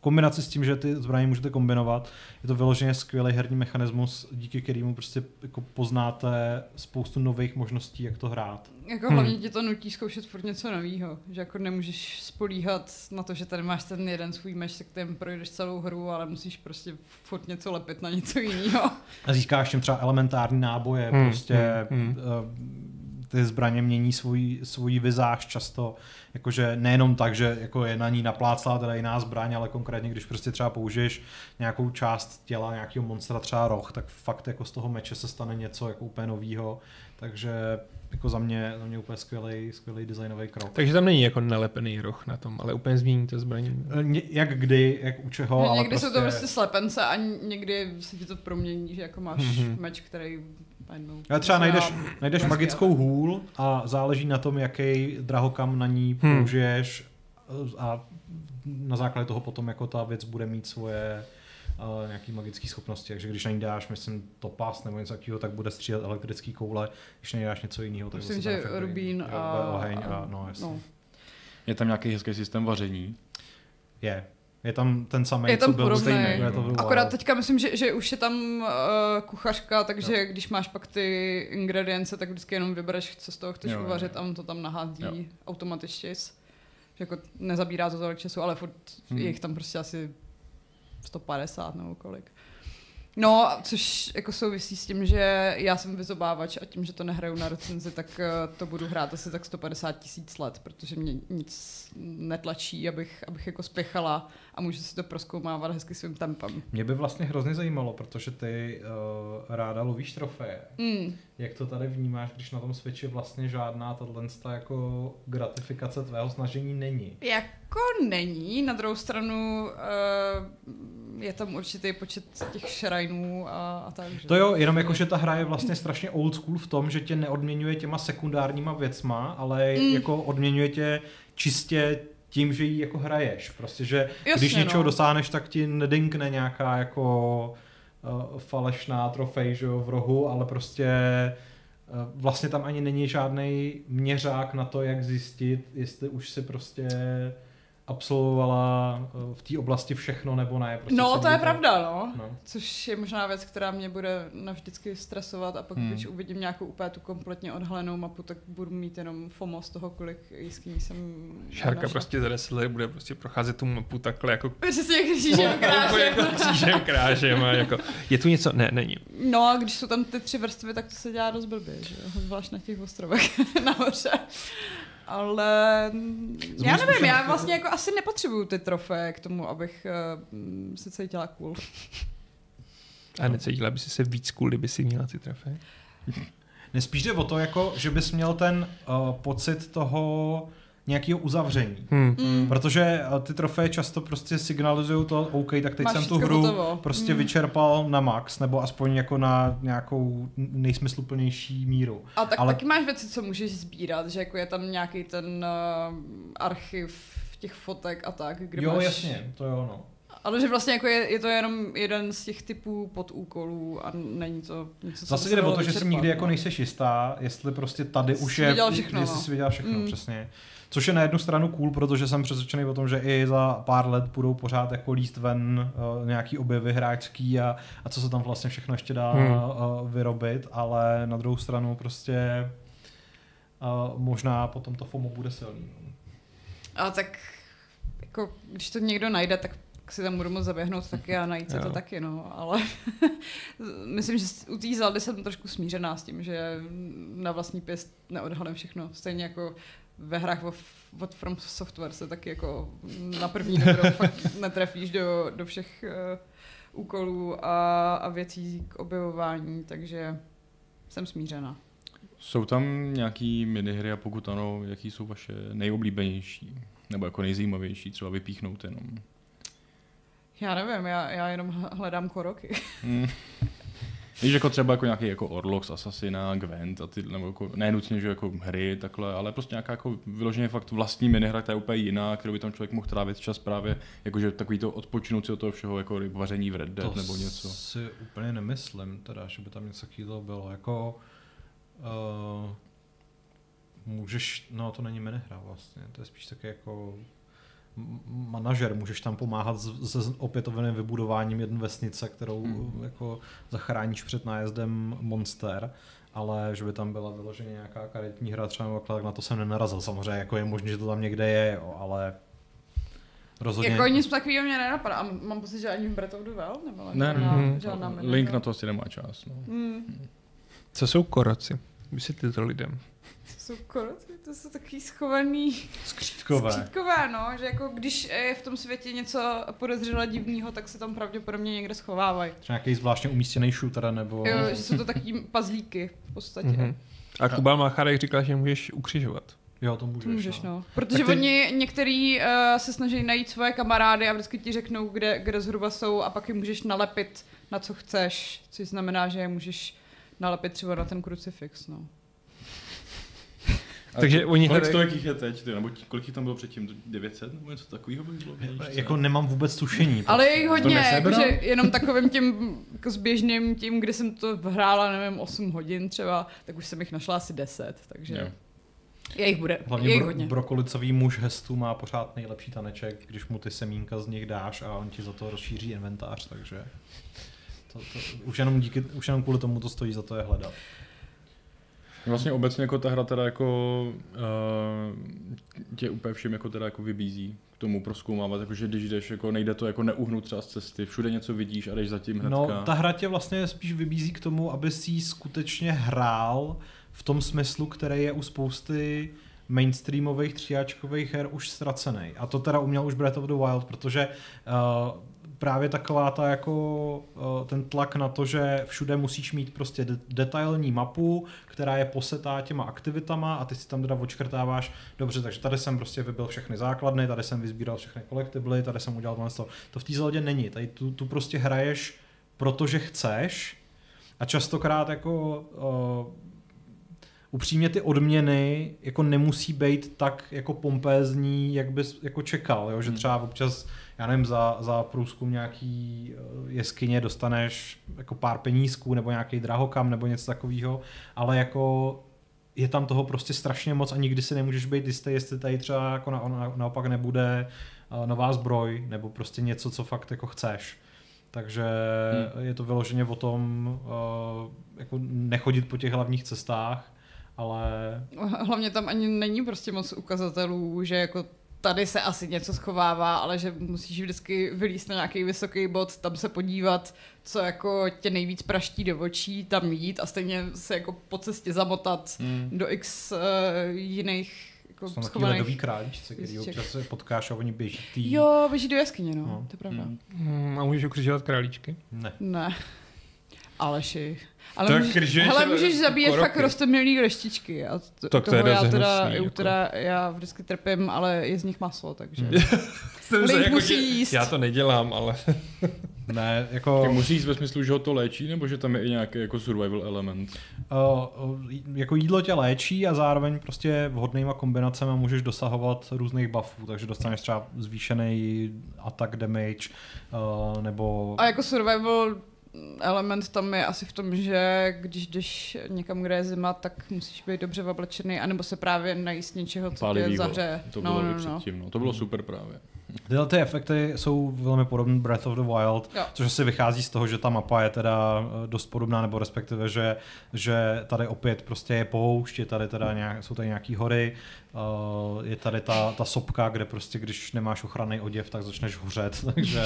kombinaci s tím, že ty zbraně můžete kombinovat, je to vyloženě skvělý herní mechanismus, díky kterému prostě jako poznáte spoustu nových možností, jak to hrát. Jako hlavně hmm. ti to nutí zkoušet furt něco nového, že jako nemůžeš spolíhat na to, že tady máš ten jeden svůj meč, se kterým projdeš celou hru, ale musíš prostě furt něco lepit na něco jiného. A získáš tím třeba elementární náboje, hmm. prostě hmm. Uh, ty zbraně mění svůj, svůj vizáž často, jakože nejenom tak, že jako je na ní napláclá teda jiná zbraň, ale konkrétně, když prostě třeba použiješ nějakou část těla nějakého monstra, třeba roh, tak fakt jako z toho meče se stane něco jako úplně novýho, takže jako za mě, za mě úplně skvělý, skvělý designový krok. Takže tam není jako nalepený roh na tom, ale úplně změní to zbraní. Jak kdy, jak u čeho, no, ale někdy prostě... jsou to prostě slepence a někdy se ti to promění, že jako máš mm-hmm. meč, který najednou... Ale třeba najdeš, najdeš magickou hůl a záleží na tom, jaký drahokam na ní hmm. použiješ a na základě toho potom jako ta věc bude mít svoje uh, nějaký magické schopnosti. Takže když na ní dáš, myslím, topaz nebo něco takového, tak bude střílet elektrický koule. Když na ní dáš něco jiného, tak myslím, že rubín a... a... oheň a no, jasně. No. Je tam nějaký hezký systém vaření? Je. Je tam ten samý, je tam co byl stejný. Akorát teďka myslím, že, že už je tam uh, kuchařka, takže jo. Když máš pak ty ingredience, tak vždycky jenom vybereš, co z toho chceš jo, uvařit jo. A on to tam nahází jo. Automaticky. Jako nezabírá to tolik času, ale furt hmm. je jich tam prostě asi sto padesát nebo kolik. No, což jako souvisí s tím, že já jsem vyzobávač a tím, že to nehraju na recenzi, tak to budu hrát asi tak sto padesát tisíc let, protože mě nic netlačí, abych, abych jako spěchala a můžu si to prozkoumávat hezky svým tempem. Mě by vlastně hrozně zajímalo, protože ty uh, ráda lovíš trofeje. Mm. Jak to tady vnímáš, když na tom Switchi vlastně žádná tato jako gratifikace tvého snažení není? Jako není, na druhou stranu uh, je tam určitý počet těch shrineů a, a tak. Že? To jo, jenom jako, že ta hra je vlastně strašně old school v tom, že tě neodměňuje těma sekundárníma věcma, ale mm. jako odměňuje tě čistě tím, že ji jako hraješ. Prostě, že jasně, když něčeho no. dosáhneš, tak ti nedinkne nějaká jako uh, falešná trofej, že jo, v rohu, ale prostě uh, vlastně tam ani není žádný měřák na to, jak zjistit, jestli už si prostě absolvovala v té oblasti všechno nebo ne. Prostě no, to je to... pravda, no. no. Což je možná věc, která mě bude navždycky stresovat a pak, hmm. když uvidím nějakou úplně tu kompletně odhalenou mapu, tak budu mít jenom FOMO z toho, kolik jízkyní jsem Šárka našla. Prostě za deset let bude prostě procházet tu mapu takhle jako... Přesně jak křížem krážem. Jako křížem krážem a jako... Je tu něco? Ne, není. No a když jsou tam ty tři vrstvy, tak to se dělá dost blbě, že jo? Zvlášť na těch ostrovech nahoře. Ale já nevím, já vlastně jako asi nepotřebuju ty trofeje k tomu, abych uh, se cítila cool. A necítila by si se víc cool, kdyby si měla ty trofeje? Nespíš jde o to, jako, že bys měl ten uh, pocit toho nějakého uzavření. Hmm. Mm. Protože ty trofeje často prostě signalizují to, OK, tak teď máš jsem tu hru hotovo. prostě mm. vyčerpal na max, nebo aspoň jako na nějakou nejsmysluplnější míru. A tak ale... taky máš věci, co můžeš sbírat, že jako je tam nějaký ten uh, archiv těch fotek a tak, kde jo, máš... jasně, to jo, no. Ale že vlastně jako je, je to jenom jeden z těch typů podúkolů a není to něco, co zase jde o to, že si nikdy jako nejseš jistá, jestli prostě tady už je, všechno, jestli no. jsi viděl všechno, mm. přesně. Což je na jednu stranu cool, protože jsem přesvědčený o tom, že i za pár let budou pořád jako líst ven uh, nějaký objevy hráčský a, a co se tam vlastně všechno ještě dá hmm. uh, vyrobit, ale na druhou stranu prostě uh, možná potom to FOMO bude silný. A tak jako, když to někdo najde, tak si tam budu moct zaběhnout taky a najít se to taky, no, ale myslím, že u té Zeldy jsem trošku smířená s tím, že na vlastní pěst neodhalím všechno, stejně jako ve hrách od From Software se taky jako na první dobrou fakt netrefíš do, do všech uh, úkolů a, a věcí k objevování, takže jsem smířená. Jsou tam nějaký minihry a pokud ano, jaký jsou vaše nejoblíbenější? Nebo jako nejzajímavější, třeba vypíchnout jenom? Já nevím, já, já jenom hledám koroky. Hmm. Víš, jako třeba jako nějaký jako Orlox, Assassina, Gwent a ty, nebo jako, ne nutně, že jako hry, takhle, ale prostě nějaká jako vyloženě fakt vlastní minihra, která je úplně jiná, kterou by tam člověk mohl trávit čas právě, jakože takový to odpočinout si od toho všeho, jako vaření v Red Dead to nebo něco. To si úplně nemyslím, teda, že by tam něco takového bylo, jako uh, můžeš, no to není minihra vlastně, to je spíš taky jako manažer, můžeš tam pomáhat s opětovným vybudováním jedné vesnice, kterou hmm. jako zachráníš před nájezdem monster, ale že by tam byla vyloženě nějaká karetní hra třeba, tak na to jsem nenarazil. Samozřejmě jako je možné, že to tam někde je, jo, ale rozhodně... Jako nic takového mě nenapadá. A mám pocit, že ani v Breath of the Wild nebyla ne, žádná, ne, žádná ne. Link na to asi nemá čas. No. Hmm. Co jsou koroci? Vysvětli to lidem. Co jsou koroci? To jsou takový schovaný... Skřítkové. Skřítkové, no. Že jako když je v tom světě něco podezřele divného, tak se tam pravděpodobně někde schovávají. Třeba nějaký zvláštně umístěný shooter, nebo... Jo, že jsou to takový pazlíky v podstatě. Mm-hmm. A Kubal Macharek říkal, že můžeš ukřižovat. Jo, to můžeš. To můžeš, no. no. Protože ty... oni některý uh, se snaží najít svoje kamarády a vždycky ti řeknou, kde, kde zhruba jsou a pak je můžeš nalepit na co chceš, což znamená, že je můžeš nalepit třeba na ten krucifix, no. Takže to, oni kolik hledají... stovek jich je teď, ty, nebo kolik jich tam bylo předtím? devět set nebo něco takového by bylo? Jako nemám vůbec tušení. Ale je jich hodně, že jenom takovým tím jako zběžným tím, kdy jsem to hrála, nevím, osm hodin třeba, tak už jsem jich našla asi deset, takže jo. Je jich bude, Hlavně je jich bro- hodně. brokolicový muž hestu má pořád nejlepší taneček, když mu ty semínka z nich dáš a on ti za to rozšíří inventář, takže to, to, už, jenom díky, už jenom kvůli tomu to stojí za to je hledat. Vlastně obecně jako ta hra teda jako uh, tě úplně všem jako teda jako vybízí k tomu prozkoumávat, jakože když jdeš, jako nejde to jako neuhnout třeba z cesty, všude něco vidíš a jdeš za tím hnedka. No, ta hra tě vlastně spíš vybízí k tomu, aby si ji skutečně hrál v tom smyslu, který je u spousty mainstreamových tříáčkových her už ztracený. A to teda uměl už Breath of the Wild, protože uh, právě taková ta jako uh, ten tlak na to, že všude musíš mít prostě de- detailní mapu, která je posetá těma aktivitama a ty si tam teda odškrtáváš, dobře, takže tady jsem prostě vybil všechny základny, tady jsem vysbíral všechny kolektibly, tady jsem udělal to. To v té Zeldě není, tady tu, tu prostě hraješ, protože chceš a častokrát jako uh, upřímně ty odměny jako nemusí být tak jako pompézní, jak bys jako čekal, jo? Že třeba občas, já nevím, za, za průzkum nějaký jeskyně dostaneš jako pár penízků nebo nějaký drahokam nebo něco takového, ale jako je tam toho prostě strašně moc a nikdy si nemůžeš být jistý, jestli tady třeba jako na, na, naopak nebude nová zbroj nebo prostě něco, co fakt jako chceš. Takže hmm. je to vyloženě o tom uh, jako nechodit po těch hlavních cestách, ale... Hlavně tam ani není prostě moc ukazatelů, že jako tady se asi něco schovává, ale že musíš vždycky vylízt na nějaký vysoký bod, tam se podívat, co jako tě nejvíc praští do očí, tam jít a stejně se jako po cestě zamotat hmm. do x uh, jiných jako jsou schovaných... Jsou ledový králíčce, který občas se potkáš a oni běží tý... Jo, běží do jeskyně, no, no. To je pravda. Hmm. A můžeš ukřižovat králíčky? Ne. Ne. Aleši. Ale tak můžeš, hele, můžeš zabíjet koroky. Fakt roztomilý leštičky. A to, tak to je já teda, hnusný, jako. teda, já vždycky trpím, ale je z nich maso, takže... Link jako musí jíst. Já to nedělám, ale... Ne, jako... Ty musí jíst ve smyslu, že ho to léčí, nebo že tam je i nějaký jako survival element? Uh, jako jídlo tě léčí a zároveň prostě vhodnýma kombinacemi můžeš dosahovat různých buffů, takže dostaneš třeba zvýšený attack damage, uh, nebo... A jako survival element tam je asi v tom, že když jdeš někam, kde je zima, tak musíš být dobře oblečený, anebo se právě najíst něčeho, co tě zahřeje. To bylo no, no, no. předtím, no. To bylo super právě. Tyhle ty efekty jsou velmi podobné Breath of the Wild, jo. Což si vychází z toho, že ta mapa je teda dost podobná, nebo respektive, že, že tady opět prostě je poušť, je tady teda nějak, jsou tady nějaký hory, uh, je tady ta, ta sopka, kde prostě když nemáš ochranný oděv, tak začneš hořet, takže...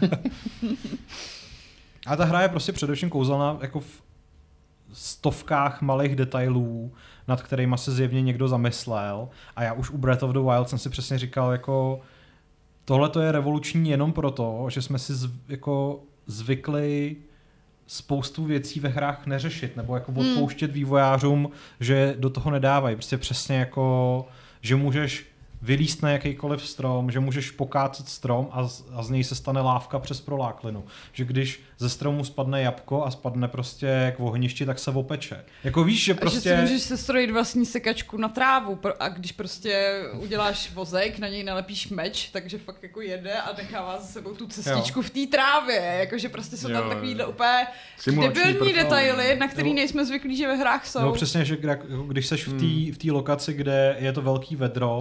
A ta hra je prostě především kouzelná jako v stovkách malých detailů, nad kterýma se zjevně někdo zamyslel. A já už u Breath of the Wild jsem si přesně říkal, jako tohle to je revoluční jenom proto, že jsme si zv, jako zvykli spoustu věcí ve hrách neřešit, nebo jako odpouštět vývojářům, že do toho nedávají. Prostě přesně jako, že můžeš vylíst na jakýkoliv strom, že můžeš pokácet strom a z, a z něj se stane lávka přes proláklinu. Že když ze stromu spadne jabko a spadne prostě k ohništi, tak se opeče. Jako víš, že prostě... A že si můžeš sestrojit vlastní sekačku na trávu a když prostě uděláš vozejk, na něj nalepíš meč, takže fakt jako jede a nechává za sebou tu cestičku jo. v té trávě. Jakože prostě jsou jo, tam takovýhle úplně debilní detaily, na který jo. nejsme zvyklí, že ve hrách jsou. No přesně, že když seš v té v té lokaci, kde je to velký vedro, tak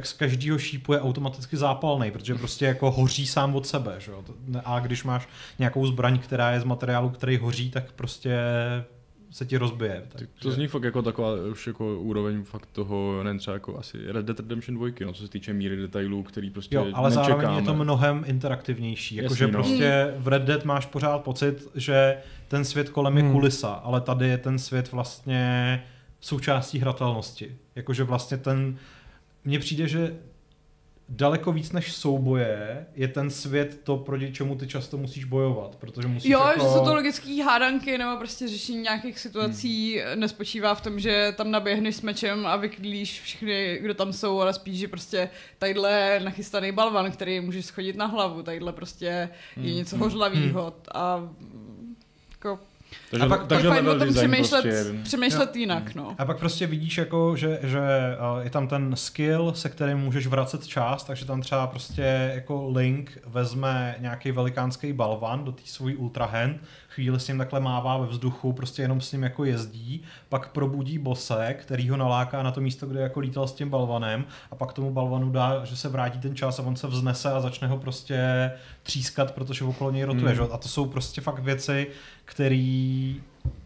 tak z každého šípu je automaticky zápalný, protože prostě jako hoří sám od sebe, že jo? A když máš nějakou zbraň, která je z materiálu, který hoří, tak prostě se ti rozbije. Tak, to zní fakt jako taková už jako úroveň fakt toho, ne třeba jako asi Red Dead Redemption dva, no, co se týče míry detailů, který prostě jo, ale nečekáme. zároveň je to mnohem interaktivnější. Jakože no. prostě v Red Dead máš pořád pocit, že ten svět kolem je kulisa, hmm. ale tady je ten svět vlastně součástí hratelnosti. Jakože vlastně ten, mně přijde, že daleko víc než souboje je ten svět to, proti čemu ty často musíš bojovat, protože musíš Jo, jako... že jsou to logický hádanky nebo prostě řešení nějakých situací hmm. nespočívá v tom, že tam naběhneš s mečem a vyklíš všechny, kdo tam jsou, ale spíš, že prostě tadyhle je nachystaný balvan, který můžeš schodit na hlavu, tadyhle prostě hmm. je něco hořlavýho hmm. a jako... Takže, a pak, takže pak fajn o tom přemýšlet, prostě přemýšlet jinak, no. A pak prostě vidíš, jako, že, že je tam ten skill, se kterým můžeš vracet čas, takže tam třeba prostě jako Link vezme nějaký velikánský balvan do té svojí ultrahand, chvíli s ním takhle mává ve vzduchu, prostě jenom s ním jako jezdí, pak probudí bose, který ho naláká na to místo, kde jako lítal s tím balvanem a pak tomu balvanu dá, že se vrátí ten čas a on se vznese a začne ho prostě třískat, protože okolo něj rotuje. Hmm. A to jsou prostě fakt věci, který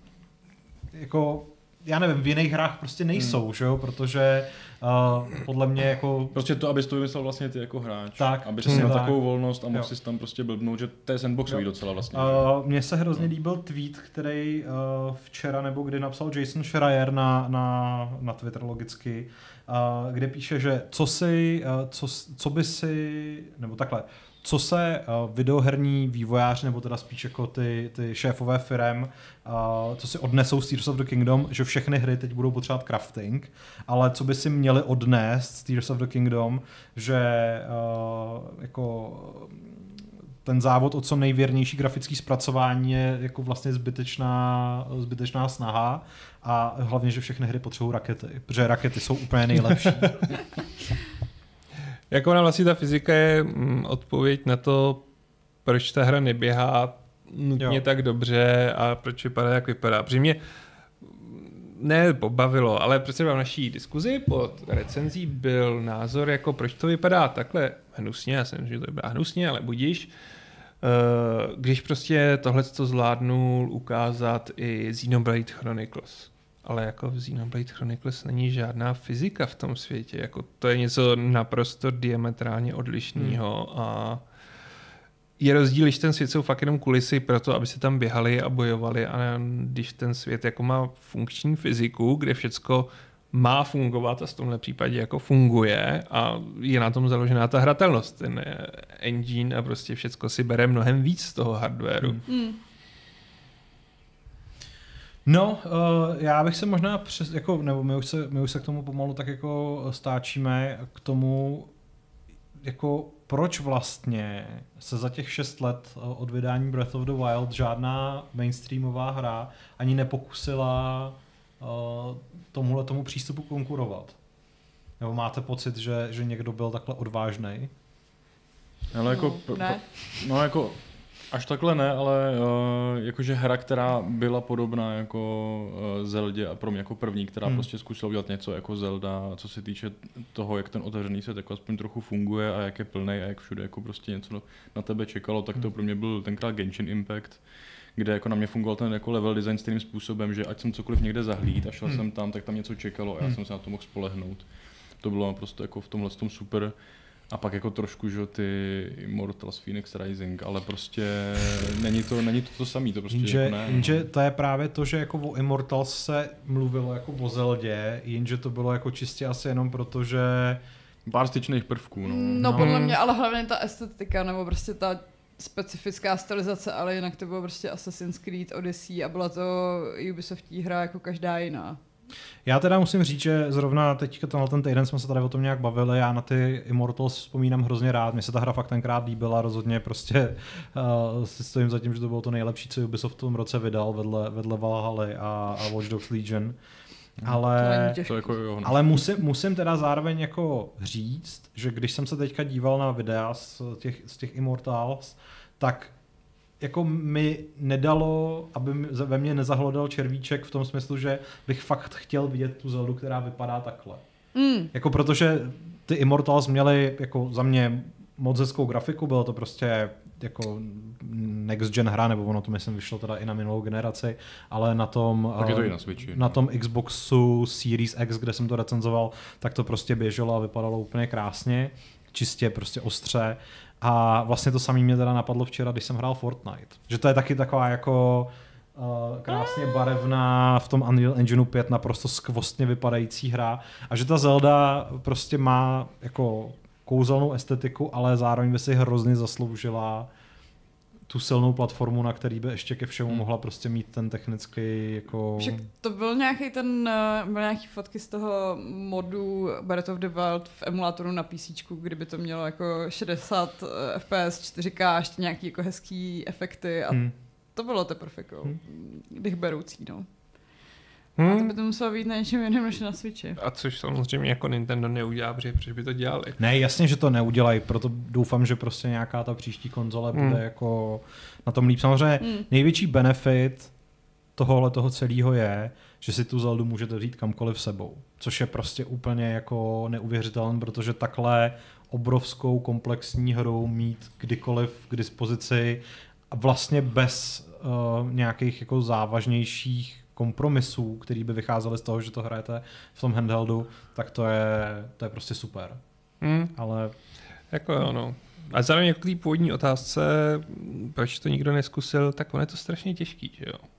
jako, já nevím, v jiných hrách prostě nejsou, hmm. že jo, protože uh, podle mě jako... Prostě to, abys to vymyslel vlastně ty jako hráč, tak, aby jsi měl tak. takovou volnost a mohl si tam prostě blbnout, že to je sandboxový jo. docela vlastně. Uh, Mně se hrozně no. líbil tweet, který uh, včera nebo kdy napsal Jason Schreier na, na, na Twitter logicky, uh, kde píše, že co si, uh, co, co by si, nebo takhle, co se uh, videoherní vývojáři, nebo teda spíš jako ty, ty šéfové firem, uh, co si odnesou z Tears of the Kingdom, že všechny hry teď budou potřebovat crafting, ale co by si měli odnést z Tears of the Kingdom, že uh, jako ten závod o co nejvěrnější grafický zpracování je jako vlastně zbytečná, zbytečná snaha a hlavně, že všechny hry potřebují rakety, protože rakety jsou úplně nejlepší. Jak ona vlastně ta fyzika je mm, odpověď na to, proč ta hra neběhá nutně jo. tak dobře a proč vypadá, jak vypadá. Protože mě ne pobavilo, ale prostě v naší diskuzi pod recenzí byl názor, jako proč to vypadá takhle hnusně, já jsem, že to vypadá hnusně, ale budíš. Když prostě tohle to zvládnul ukázat i Xenoblade Chronicles. Ale jako v Xenoblade Chronicles není žádná fyzika v tom světě. Jako to je něco naprosto diametrálně odlišného hmm. a je rozdíl, když ten svět jsou fakt jenom kulisy pro to, aby se tam běhali a bojovali a když ten svět jako má funkční fyziku, kde všecko má fungovat a v tomhle případě jako funguje a je na tom založená ta hratelnost. Ten engine a prostě všecko si bere mnohem víc z toho hardwareu. Hmm. No, uh, já bych se možná přes, jako, nebo my už, se, my už se k tomu pomalu tak jako stáčíme k tomu, jako proč vlastně se za těch šest let od vydání Breath of the Wild žádná mainstreamová hra ani nepokusila uh, tomuhle tomu přístupu konkurovat. Nebo máte pocit, že, že někdo byl takhle odvážnej? Ale jako, no, ne. no jako až takhle ne, ale uh, jakože hra, která byla podobná jako uh, Zeldě a pro mě jako první, která hmm. prostě zkusila udělat něco jako Zelda, co se týče toho, jak ten otevřený svět jako aspoň trochu funguje a jak je plnej a jak všude jako prostě něco na tebe čekalo, tak to hmm. pro mě byl tenkrát Genshin Impact, kde jako na mě fungoval ten jako level design stejným způsobem, že ať jsem cokoliv někde zahlíd a šel hmm. jsem tam, tak tam něco čekalo a já hmm. jsem se na to mohl spolehnout. To bylo prostě jako v tomhle tom super. A pak jako trošku, že ty Immortals Phoenix Rising, ale prostě není to, není to to samý, to prostě jenže, jako ne. Jenže to je právě to, že jako o Immortals se mluvilo jako o Zeldě, jenže to bylo jako čistě asi jenom proto, že... Pár styčných prvků, no. No podle mě, ale hlavně ta estetika, nebo prostě ta specifická stylizace, ale jinak to bylo prostě Assassin's Creed Odyssey a byla to Ubisoftí hra jako každá jiná. Já teda musím říct, že zrovna teďka tenhle ten týden jsme se tady o tom nějak bavili, já na ty Immortals vzpomínám hrozně rád, mně se ta hra fakt tenkrát líbila, rozhodně prostě uh, si stojím za tím, že to bylo to nejlepší, co Ubisoft v tom roce vydal vedle, vedle Valhaly a, a Watch Dogs Legion. Ale, to jako jo, ale musím, musím teda zároveň jako říct, že když jsem se teďka díval na videa z těch, z těch Immortals, tak jako mi nedalo, aby ve mně nezahlodal červíček v tom smyslu, že bych fakt chtěl vidět tu Zeldu, která vypadá takhle. Mm. Jako protože ty Immortals měly jako za mě moc hezkou grafiku, bylo to prostě jako next gen hra, nebo ono to myslím vyšlo teda i na minulou generaci, ale na tom, tak je to i na Switchi. Na tom Xboxu Series X, kde jsem to recenzoval, tak to prostě běželo a vypadalo úplně krásně, čistě prostě ostře. A vlastně to samé mě teda napadlo včera, když jsem hrál Fortnite. Že to je taky taková jako uh, krásně barevná v tom Unreal Engineu pět naprosto skvostně vypadající hra. A že ta Zelda prostě má jako kouzelnou estetiku, ale zároveň by si hrozně zasloužila tu silnou platformu, na který by ještě ke všemu hmm. mohla prostě mít ten technický jako... Však to byl nějaký ten, byl nějaký fotky z toho modu Breath of the Wild v emulátoru na PCčku, kdyby to mělo jako šedesát F P S, čtyři K, ještě nějaký jako hezký efekty a hmm. to bylo teprve jako hmm. dechberoucí, no. Hmm. A to by to muselo být na něčem jiném než na Switchi. A což samozřejmě jako Nintendo neudělá, protože proč by to dělali? Ne, jasně, že to neudělají, proto doufám, že prostě nějaká ta příští konzole hmm. bude jako na tom líp. Samozřejmě hmm. největší benefit tohohle toho celého je, že si tu Zeldu můžete vzít kamkoliv sebou, což je prostě úplně jako neuvěřitelné, protože takhle obrovskou komplexní hru mít kdykoliv k dispozici a vlastně bez uh, nějakých jako závažnějších kompromisů, který by vycházely z toho, že to hrajete v tom handheldu, tak to je, to je prostě super. Hmm. Ale... Jako jo, no. A zároveň jako k té původní otázce, proč to nikdo neskusil, tak ono je to strašně těžký, že jo.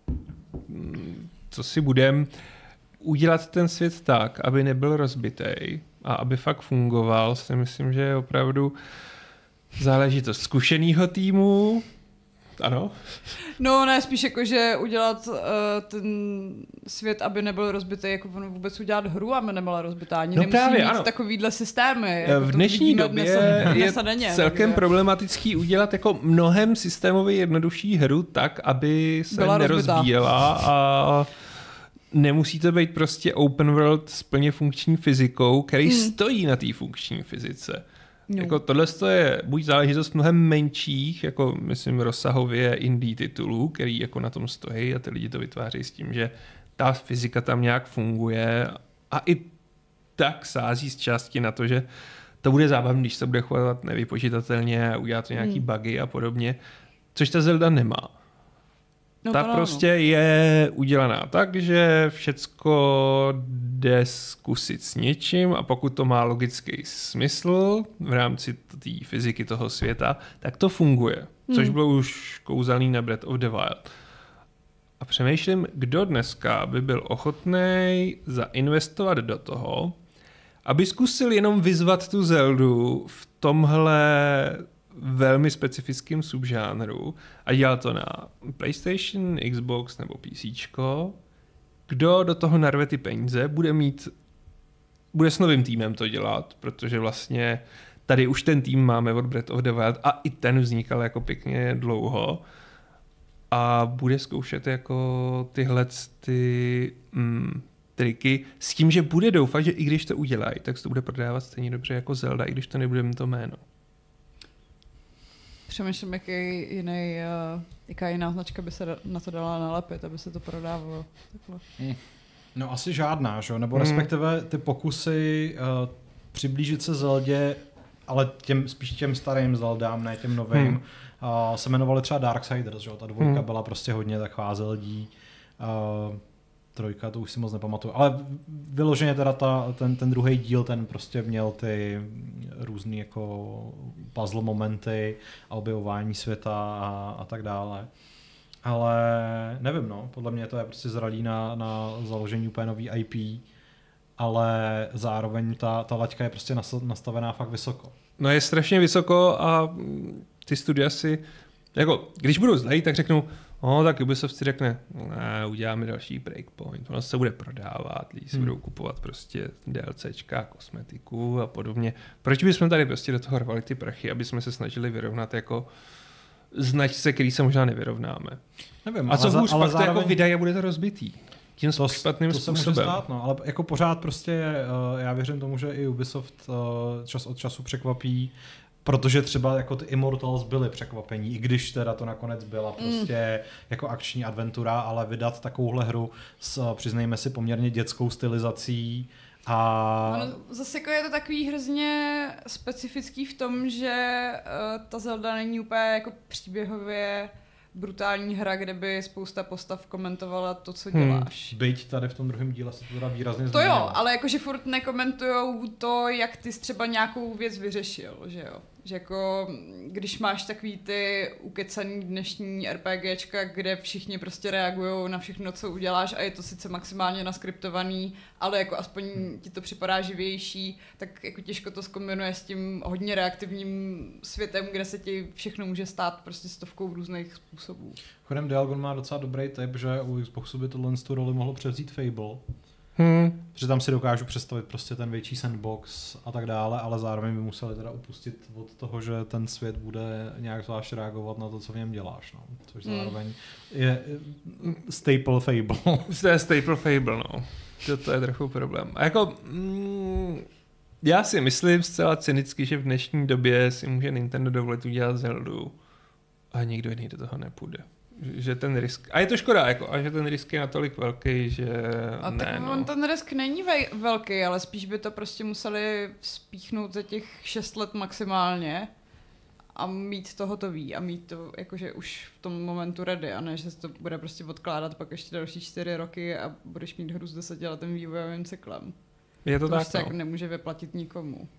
Co si budem, udělat ten svět tak, aby nebyl rozbitej a aby fakt fungoval, si myslím, že je opravdu záležitost zkušenýho týmu. Ano? No ne, spíš jako, že udělat uh, ten svět, aby nebyl rozbitý, jako vůbec udělat hru, aby nebyla rozbitá. Ani no nemusí právě, mít ano. takovýhle systémy. Jako v dnešní době dnes, je denně, celkem takže... problematický udělat jako mnohem systémově jednodušší hru tak, aby se byla nerozbíjela a nemusí to být prostě open world s plně funkční fyzikou, který hmm. stojí na té funkční fyzice. No. Jako tohle je buď záležitost mnohem menších, jako myslím rozsahově indie titulů, který jako na tom stojí a ty lidi to vytváří s tím, že ta fyzika tam nějak funguje a i tak sází z části na to, že to bude zábavné, když se bude chovat nevypočitatelně a udělat to nějaký hmm. bugy a podobně, což ta Zelda nemá. No, ta prostě no. je udělaná tak, že všecko jde zkusit s něčím a pokud to má logický smysl v rámci té fyziky toho světa, tak to funguje. Což hmm. bylo už kouzelný na Breath of the Wild. A přemýšlím, kdo dneska by byl ochotný zainvestovat do toho, aby zkusil jenom vyzvat tu Zeldu v tomhle velmi specifickým subžánru a dělal to na PlayStation, Xbox nebo PCčko. Kdo do toho narve ty peníze, bude mít, bude s novým týmem to dělat, protože vlastně tady už ten tým máme od Breath of the Wild a i ten vznikal jako pěkně dlouho a bude zkoušet jako tyhle ty mm, triky s tím, že bude doufat, že i když to udělají, tak se to bude prodávat stejně dobře jako Zelda, i když to nebude mít to jméno. Přemýšlím, jaký jiný, uh, jaká jiná značka by se na to dala nalepit, aby se to prodávalo. Hmm. No asi žádná, že? Nebo hmm. respektive ty pokusy uh, přiblížit se Zeldě, ale těm, spíš těm starým Zeldám, ne těm novým, hmm. uh, se jmenovaly třeba Darksiders, že? Ta dvojka hmm. byla prostě hodně taková Zeldí. Uh, trojka, to už si moc nepamatuju. Ale vyloženě teda ta, ten, ten druhý díl, ten prostě měl ty různý jako puzzle momenty a objevování světa a, a tak dále. Ale nevím, no, podle mě to je prostě zralý na, na založení úplně nový I P, ale zároveň ta, ta laťka je prostě nastavená fakt vysoko. No je strašně vysoko a ty studia si, jako když budou zlej, tak řeknou, no, tak Ubisoft si řekne, ne, uděláme další Breakpoint, ono se bude prodávat, lidi si hmm. budou kupovat prostě DLCčka, kosmetiku a podobně. Proč bychom tady prostě do toho rvali ty prachy, aby jsme se snažili vyrovnat jako značce, který se možná nevyrovnáme. Nevím, a co hůř, pak zároveň... to jako vydají a bude to rozbitý. Tím to, špatným to způsobem. Se může stát, no, ale jako pořád prostě, uh, já věřím tomu, že i Ubisoft uh, čas od času překvapí, protože třeba jako ty Immortals byly překvapení, i když teda to nakonec byla prostě mm. jako akční adventura, ale vydat takovouhle hru s, přiznejme si, poměrně dětskou stylizací A... Ano, zase jako je to takový hrozně specifický v tom, že uh, ta Zelda není úplně jako příběhově brutální hra, kde by spousta postav komentovala to, co děláš. Hmm. Byť tady v tom druhém díle se to teda výrazně To změnilo. jo, ale jakože furt nekomentujou to, jak ty jsi třeba nějakou věc vyřešil, že jo. Že jako, když máš takový ty ukecaný dnešní RPGčka, kde všichni prostě reagují na všechno, co uděláš a je to sice maximálně naskriptovaný, ale jako aspoň ti to připadá živější, tak jako těžko to zkombinuje s tím hodně reaktivním světem, kde se ti všechno může stát prostě stovkou různých způsobů. Chodem Dialgon má docela dobrý tip, že u Xboxu by tohle tu roli mohlo převzít Fable. Hmm. Že tam si dokážu představit prostě ten větší sandbox a tak dále, ale zároveň by museli teda upustit od toho, že ten svět bude nějak zvlášť reagovat na to, co v něm děláš, no. Což Hmm. zároveň je staple Fable. To je staple Fable, no. To, to je trochu problém. A jako, mm, já si myslím zcela cynicky, že v dnešní době si může Nintendo dovolit udělat Zeldu a nikdo jiný do toho nepůjde. Že, že ten risk, a je to škoda, jako, a že ten risk je natolik velký, že A ne, tak no. on ten risk není vej- velký, ale spíš by to prostě museli spíchnout za těch šest let maximálně a mít to hotový a mít to jakože už v tom momentu ready a ne, že se to bude prostě odkládat pak ještě další čtyři roky a budeš mít hru s desetiletým vývojovým cyklem. Je to, To, to už tak, se no. jako nemůže vyplatit nikomu.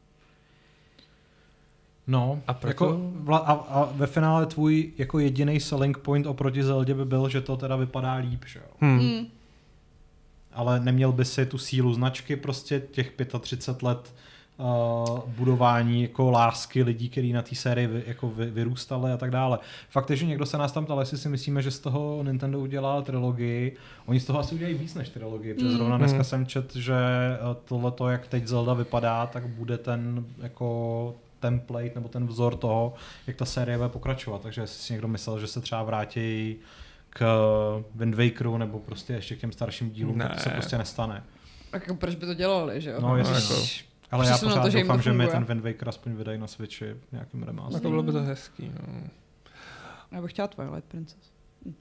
No, A proto- jako vla, a, a ve finále tvůj jako jediný selling point oproti Zeldě by byl, že to teda vypadá líp, že jo? Hmm. Hmm. Ale neměl by si tu sílu značky prostě těch třicet pět let uh, budování jako lásky lidí, kteří na té sérii vy, jako vy, vyrůstali a tak dále. Fakt je, že někdo se nás tam ptal, jestli si myslíme, že z toho Nintendo udělal trilogii. Oni z toho asi udělají víc než trilogii, protože Mm. zrovna dneska Mm. jsem čet, že tohleto, jak teď Zelda vypadá, tak bude ten jako template nebo ten vzor toho, jak ta série bude pokračovat. Takže jestli si někdo myslel, že se třeba vrátí k Wind Wakeru nebo prostě ještě k těm starším dílům, Ne. tak to se prostě nestane. Tak jako proč by to dělali, že jo? No, jestli, jako- ale já přišlo na pořád to, že jim to doufám, že mi funguje. ten Wind Waker aspoň vydají na Switchi v nějakým remasteru. Jako bylo by to hezký, no. Já bych chtěla Twilight Princess. Hm.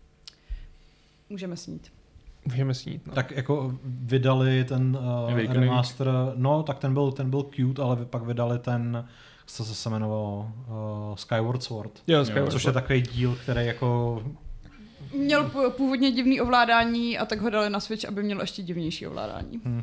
Můžeme snít. Můžeme snít, no. Tak jako vydali ten uh, Awakening. remaster, no tak ten byl, ten byl cute, ale pak vydali ten, co se jmenovalo, uh, Skyward Sword. Jo, Skyward Což je Sword. takový díl, který jako... Měl p- původně divný ovládání a tak ho dali na Switch, aby měl ještě divnější ovládání. Hm.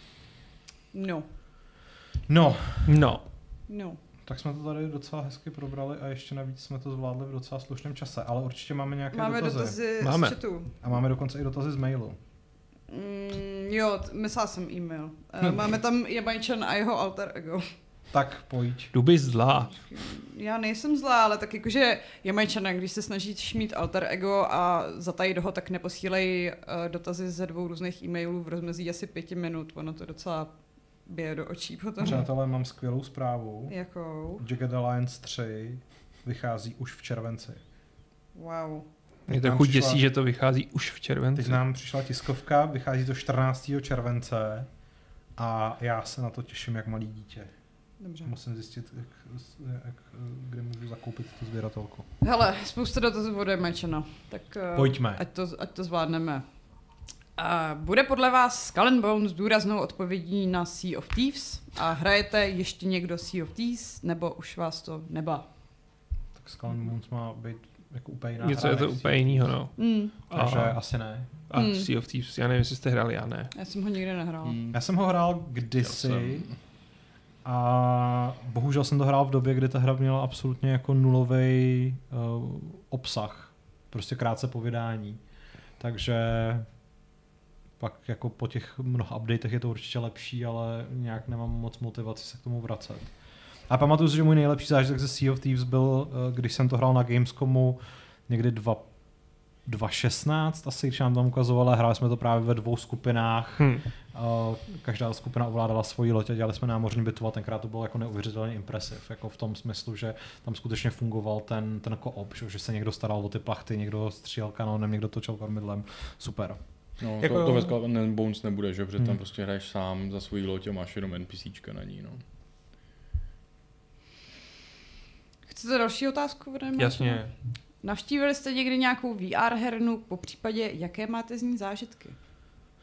No. No, No. No. tak jsme to tady docela hezky probrali a ještě navíc jsme to zvládli v docela slušném čase, ale určitě máme nějaké Máme dotazy. dotazy Máme. z chatu. A máme dokonce i dotazy z mailu. Mm, jo, t- myslela jsem e-mail. Uh, Hm. máme tam Jabajčan a jeho alter ego. Tak pojď. Duby zlá. Já nejsem zlá, ale tak jakože Jamajčana, když se snažíš mít alter ego a zatajit ho, tak neposílej uh, dotazy ze dvou různých e-mailů v rozmezí asi pěti minut. Ono to docela bije do očí potom. Přátelé, mám skvělou zprávu. Jakou? Jagged Alliance tři vychází už v červenci. Wow. Mě Teď nám trochu přišla- děsí, že to vychází už v červenci. Teď nám přišla tiskovka, vychází to čtrnáctého července a já se na to těším jak malý dítě. Dobře. Musím zjistit, jak, jak, kde můžu zakoupit tu sběratelku. Hele, spousta dotazů od Jamajčana. Tak uh, Pojďme. Ať to, ať to zvládneme. A bude podle vás Skull and Bones důraznou odpovědí na Sea of Thieves? A hrajete ještě někdo Sea of Thieves? Nebo už vás to neba? Tak Skull and Bones má být jako úplně jiná Něco hra je to než úplně jinýho, no. Mm, Takže Aha. asi ne. A Hmm. Sea of Thieves, já nevím, jestli jste hráli, já ne. já jsem ho nikdy nehrál. Hmm. Já jsem ho hrál Chtěl kdysi jsem. a bohužel jsem to hrál v době, kdy ta hra měla absolutně jako nulový uh, obsah. Prostě krátce po vydání. Takže pak jako po těch mnoha updatech je to určitě lepší, ale nějak nemám moc motivaci se k tomu vracet. A pamatuju si, že můj nejlepší zážitek ze Sea of Thieves byl, uh, když jsem to hrál na Gamescomu někdy dva dva šestnáct asi, když nám tam ukazovala, hráli jsme to právě ve dvou skupinách. Hm. Uh, každá skupina ovládala svoji loď a dělali jsme námořní bitvu a tenkrát to bylo jako neuvěřitelně impresiv, jako v tom smyslu, že tam skutečně fungoval ten, ten co-op, že se někdo staral o ty plachty, někdo střílel kanonem, někdo točil kormidlem, super. No, Jako- to, to ve Skull and Bones nebude, že? Protože Hmm. tam prostě hraješ sám za svůj loď a máš jenom NPCčka na ní, no. Chcete další otázku? Ode mě? Jasně. Navštívili jste někdy nějakou V R hernu, po případě jaké máte z ní zážitky?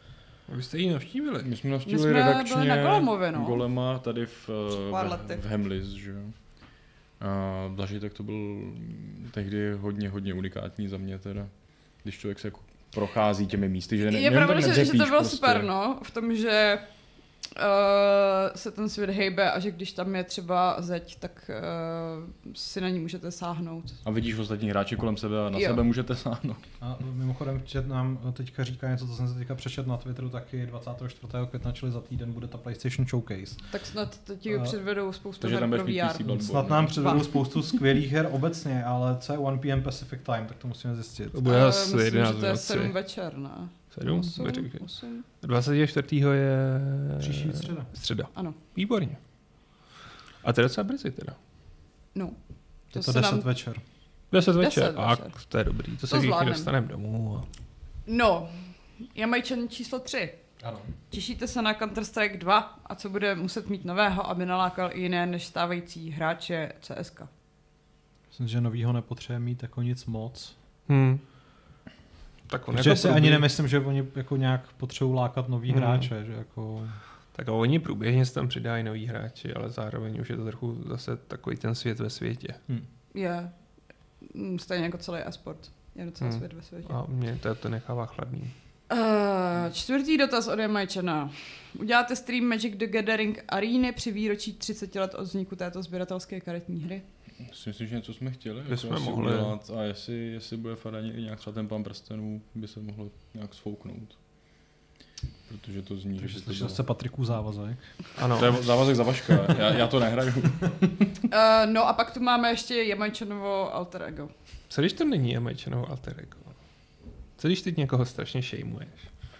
Vy jste ji navštívili. My jsme My navštívili jsme redakčně byli na Golemově, no. Golema tady v, Pár v, letech. v Hemlis, že jo. A zažitek to byl tehdy hodně, hodně unikátní za mě teda, když člověk se jako prochází těmi místy, že ne, Je jenom pravda, tak že, že to nedřepíš bylo prostě. super, no, v tom, že uh, se ten svět hejbe a že když tam je třeba zeď, tak uh, si na ní můžete sáhnout. A vidíš ostatní hráči kolem sebe a na Jo. sebe můžete sáhnout. A mimochodem chat nám teďka říká něco, co jsem se teďka přečet na Twitteru taky dvacátého čtvrtého května, čili za týden bude ta PlayStation Showcase. Tak snad ti A- předvedou spoustu Takže her tam pro budeš mít V P C R. Bloodborne. Snad nám Dva. předvedou spoustu skvělých her obecně, ale co je one p m Pacific Time, tak to musíme zjistit. To bude Eh, asi myslím, jedenáct že to je noci. sedm večer, ne? Sedm? Osm? Večer. Osm? dvacátého čtvrtého je... Příští středa. Středa. Ano. Výborně. A to je docela brzy teda. No. Je to se deset nám- večer. Deset večer. Deset A večer. to je dobrý. To se To všichni zvládnem. dostaneme domů. A... No, Jamajčan číslo tři. Ano. Těšíte se na Counter-Strike dva a co bude muset mít nového, aby nalákal i jiné než stávající hráče C S K? Myslím, že novýho nepotřebuje mít jako nic moc. Hmm. Tak on Protože jako si ani průběh- nemyslím, že oni jako nějak potřebují lákat nový Hmm. hráče, že jako... Tak a oni průběžně se tam přidají noví hráči, ale zároveň už je to trochu zase takový ten svět ve světě. Je mm, stejně jako celý e-sport. Je docela Hmm. svět ve světě. A mě to, to nechává chladný. Uh, čtvrtý dotaz od Jamajčana. Uděláte stream Magic the Gathering Areny při výročí třicet let od vzniku této sběratelské karetní hry? Si myslím, že něco jsme chtěli Že jako jsme asi mohli. udělat a jestli, jestli bude fadaně i nějak třeba ten pán prstenů, by se mohlo nějak sfouknout. Protože to zní, že by to Slyšel bylo... jste Patriků závazek. Ano. To je závazek za Vaška, já, já to nehraju. Uh, no a pak tu máme ještě Jamajčanovo alter ego. Co když to není Jamajčanovo alter ego? Co když teď někoho strašně šejmuješ?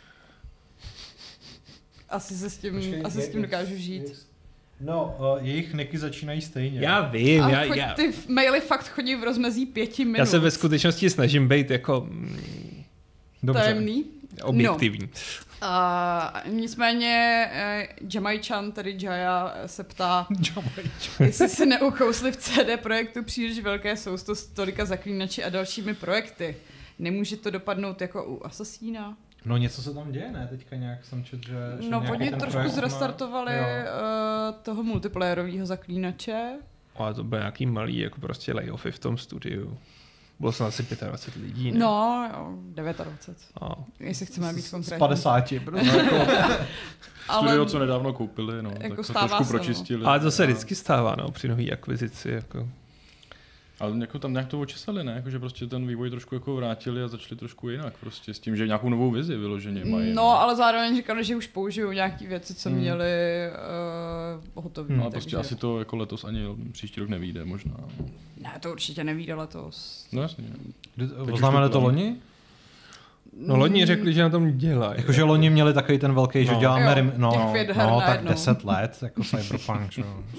Asi se s tím, Počkej, asi je- s tím dokážu žít. No, uh, jejich niky začínají stejně. Já vím, A já, choď, já, ty maily fakt chodí v rozmezí pěti minut. já se ve skutečnosti snažím být jako mm, Dobře. Tajemný. objektivní. Uh, nicméně uh, Jamajčan, tedy Jaya, se ptá, jestli se neukousli v C D Projektu příliš velké sousto s tolika zaklínači a dalšími projekty. Nemůže to dopadnout jako u Assassina? No něco se tam děje, ne? Teďka nějak jsem čet, že... že No, nějaký oni ten trošku projekt má- zrestartovali Jo. uh, toho multiplayerového zaklínače. Ale to byl nějaký malý jako prostě layoffy v tom studiu. Bylo snad asi dvacet pět lidí, ne? No, jo, dvacet devět. A, Jestli chceme být Z konkrétní. padesáti. No, jako Ale studio, co nedávno koupili, no, jako tak to stává trošku se, no. pročistili. ale to se A- vždycky stává, no, při nový akvizici, jako. Ale jako tam nějak to očesali, ne? Jako, že prostě ten vývoj trošku jako vrátili a začali trošku jinak prostě s tím, že nějakou novou vizi vyloženě mají. No, ale zároveň říkali, že už použijou nějaký věci, co Hmm. měli uh, hotové. No a prostě asi to jako letos ani příští rok nevyjde možná. Ne, to určitě nevíde letos. No jasně. už Oznámili to to plán. loni? No loni řekli, že na tom dělají. Jakože loni měli takový ten velký, že No. děláme... Jo, rem- no, těch pět her no tak najednou. deset let, jako Cyberpunk, že jo.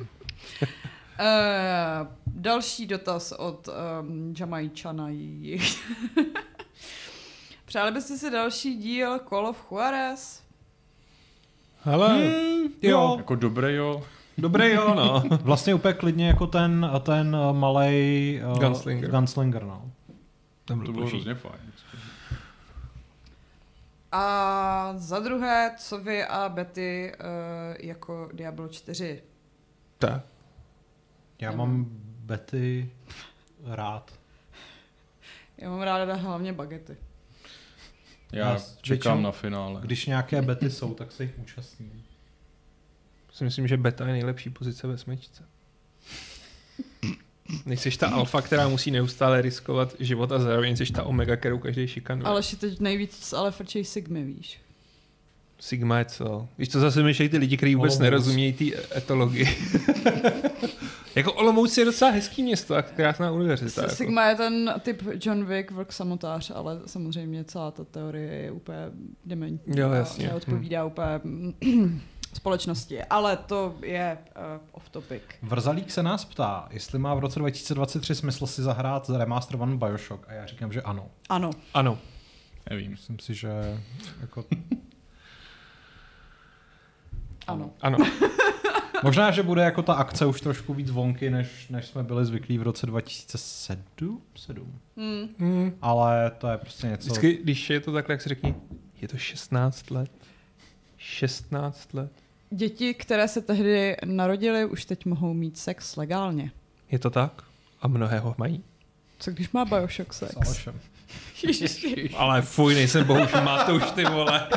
Uh, další dotaz od um, Jamajčana. Přáli byste si další díl Call of Juarez? Hele, Hmm, jo. Jako dobré, jo. Dobré jo, no. Vlastně úplně klidně jako ten, ten malej uh, Gunslinger. Gunslinger, no. Tam To byl bylo boží. hrozně fajn. A za druhé, co vy a Betty uh, jako Diablo čtyři? Tak. Já Já mám Betty rád. Já mám ráda hlavně bagety. Já Já čekám většinou- na finále. Když nějaké Betty jsou, tak se jich účastním. Si myslím, že beta je nejlepší pozice ve smečce. Nejseš ta alfa, která musí neustále riskovat život a zároveň jsi ta omega, kterou každý šikanuje. Ale ještě teď nejvíc ale frčej Sigmy, víš. Sigma je co? Víš, co zase myšlejí ty lidi, kteří vůbec Olomouc. nerozumějí té etologii. Jako Olomouc je docela hezký město a krásná univerzita. Jako. Sigma je ten typ John Wick, vlk samotář, ale samozřejmě celá ta teorie je úplně dementní. Jo, a jasně. neodpovídá úplně společnosti, ale to je uh, off topic. Vrzalík se nás ptá, jestli má v roce dva tisíce dvacet tři smysl si zahrát za remasterovaný Bioshock a já říkám, že ano. Ano. Ano. Nevím. Myslím si, že jako... Ano. Ano. Možná, že bude jako ta akce už trošku víc vonky, než, než jsme byli zvyklí v roce dva tisíce sedm? sedm. Hmm. Hmm. Ale to je prostě něco... Vždycky, když je to takhle, jak se řekni, je to šestnáct let. šestnáct let. Děti, které se tehdy narodily, už teď mohou mít sex legálně. Je to tak? A mnohé ho mají. Co když má Bioshock S sex? Alešem. Ježiši. Ale fuj, nejsem bohuž Matouš, ty vole.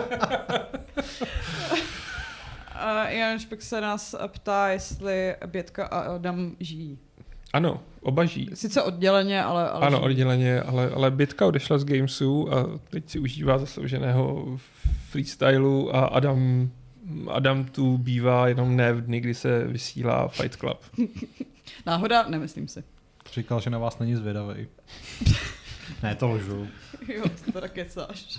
A Jan Špek se nás ptá, jestli Bětka a Adam žijí. Ano, oba žijí. Sice odděleně, ale, ale Ano, žijí. odděleně, ale, ale Bětka odešla z Gamesu a teď si užívá zaslouženého freestylu a Adam, Adam tu bývá jenom ne v dny, kdy se vysílá Fight Club. Náhoda? Nemyslím si. Říkal, že na vás není zvědavej. Ne, to lžu. Jo, to teda kecáš.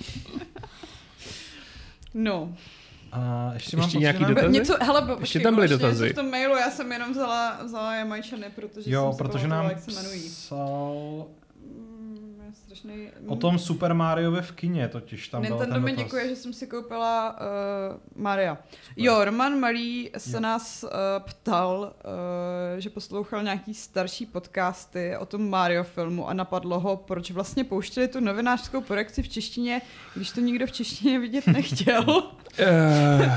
No. A ještě, Ještě mám nějaký pocit, že nám- dotazy? Něco, hele, bo, Ještě tam byly ještě dotazy. něco v tom mailu, já jsem jenom vzala, vzala Jamajčany, protože Jo, jsem se protože pamatovala, nám jak se jmenují. psal Mm, je strašný... o tom Super Mariově v kině, totiž tam byl Nintendo ten mi dotaz. děkuje, že jsem si koupila uh, Maria. Jo, Roman Malý se Jo. nás uh, ptal, uh, že poslouchal nějaký starší podcasty o tom Mario filmu a napadlo ho, proč vlastně pouštěli tu novinářskou projekci v češtině, když to nikdo v češtině vidět nechtěl. Uh,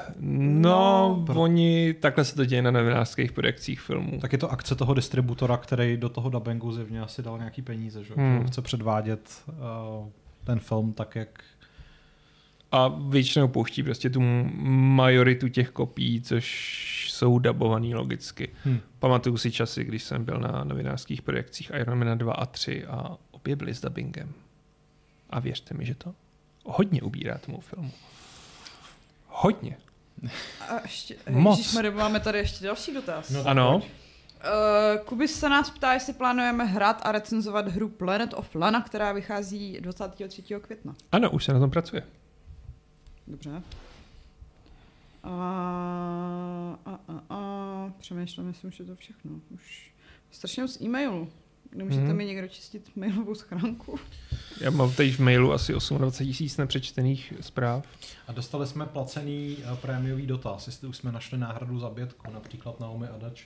no, No, oni, takhle se to děje na novinářských projekcích filmů. Tak je to akce toho distributora, který do toho dubbingu zjevně asi dal nějaký peníze, že? Hmm. Že chce předvádět uh, ten film tak, jak... A většinou pouští prostě tu majoritu těch kopií, což jsou dabovaný logicky. Hmm. Pamatuju si časy, když jsem byl na novinářských projekcích Ironmana dva a tři a obě byly s dubbingem. A věřte mi, že to hodně ubírá tomu filmu. Hodně. A ještě, Moc. Ježišmarja, máme tady ještě další dotaz. No, Ano. Uh, Kubis se nás ptá, jestli plánujeme hrát a recenzovat hru Planet of Lana, která vychází dvacátého třetího května. Ano, už se na tom pracuje. Dobře. A, a, a, a přemýšlím, jestli už je to všechno. Už strašně moc e-mailů. Nemůžete Mhm. mm-hmm. mi někdo čistit mailovou schránku? Já mám teď v mailu asi dvacet osm tisíc nepřečtených zpráv. A dostali jsme placený uh, prémiový dotaz, jestli už jsme našli náhradu za Bětku, například Naomi Adachi.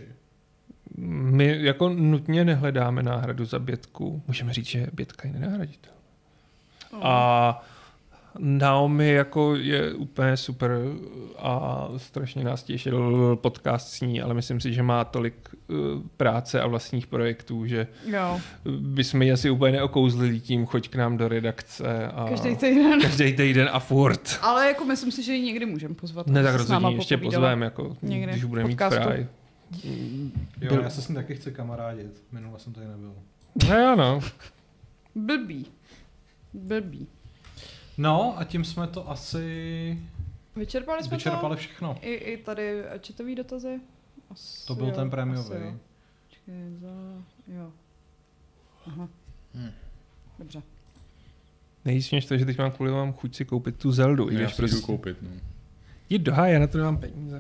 My jako nutně nehledáme náhradu za Bětku. Můžeme říct, že Bětka je nenahraditelná. Oh. A Naomi jako je úplně super a strašně nás těšil podcast s ní, ale myslím si, že má tolik uh, práce a vlastních projektů, že Jo. bychom ji asi úplně neokouzlili tím, choď k nám do redakce a Každý týden. každý týden a furt. Ale jako myslím si, že ji někdy můžeme pozvat. Ne, aby tak se s náma rozhodně ještě popovídala. pozveme, jako, Někdy když v bude mít podcastu. fraj. Jo, Byl- já se s ní taky chci kamarádit, minule jsem tady nebyl. No jo, no. Blbý. Blbý. No a tím jsme to asi Vyčerpali jsme vyčerpali to? všechno. I, I tady četový dotazy? Asi To byl jo, ten asi prémiový. jo. Počkej, za... Jo. Aha. Hmm. Dobře. Nejvíc než to, že teď mám kvůli vám chuť si koupit tu Zeldu. I Já když si jdu prostě... koupit, no. Jdi do háje, já na to nemám peníze.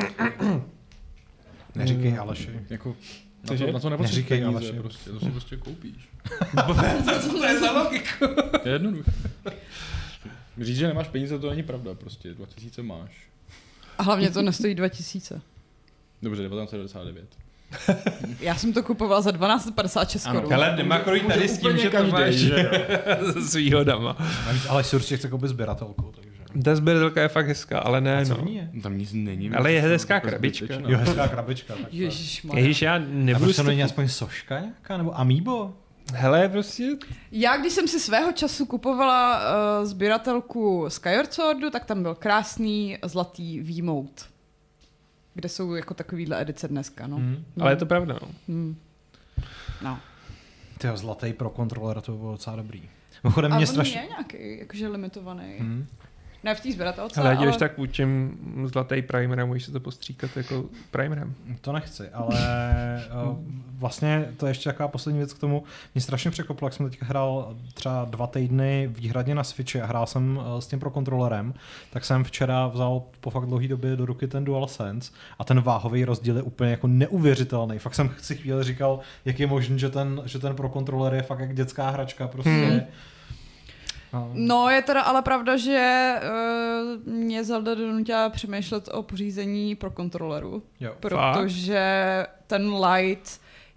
Neříkej Aleši. Jako, na Cože? to, na to nepotřebuješ Neříkej peníze, Aleši. prostě, to si prostě koupíš. Co to je za logiku? To je jednoduché. Říct, že nemáš peníze, to není pravda, prostě, dva tisíce máš. A hlavně to nestojí dva tisíce. Dobře, devatenáct set devadesát devět. Já jsem to kupovala za dvanáct set padesát šest Ano. korun. Hele, nemachruj tady s tím, úplně že to každej, máš že ze svýho dama. Navíc Aleš si určitě chce koupit sběratelku, takže... Ta sběratelka je fakt hezká, ale ne, A co no. v ní je? Tam nic není. Ale je to hezká jako krabička. zbytečná. Jo, hezká krabička. Tak Ježišmarja. Ježíš, já A nebudu prostě s není aspoň soška nějaká, nebo amiibo? Hele, prostě... Já, když jsem si svého času kupovala uh, sběratelku Skyward Swordu, tak tam byl krásný zlatý výmout. Kde jsou jako takovýhle edice dneska, no. Hmm. Ale je to pravda, no. Hmm. No. Tyjo, zlatý pro kontrolera, to by bylo docela dobrý. Mimochodem A mě on strašně... je nějaký jakože limitovaný. Hmm. Ne v té sběratelce, Ale ale... když tak učím zlatý primer a můžeš se to postříkat jako primerem. To nechci, ale uh, vlastně to je ještě taková poslední věc k tomu. Mě strašně překvapilo, jak jsem teďka hrál třeba dva týdny výhradně na Switchi a hrál jsem uh, s tím pro kontrolerem, tak jsem včera vzal po fakt dlouhé době do ruky ten DualSense a ten váhový rozdíl je úplně jako neuvěřitelný. Fakt jsem si chvíli říkal, jak je možné, že ten, že ten pro kontroler je fakt jak dětská hračka. Prostě. Hmm. No. No, je teda ale pravda, že uh, mě Zelda donutila přemýšlet o pořízení pro kontroleru. Jo. Protože ten light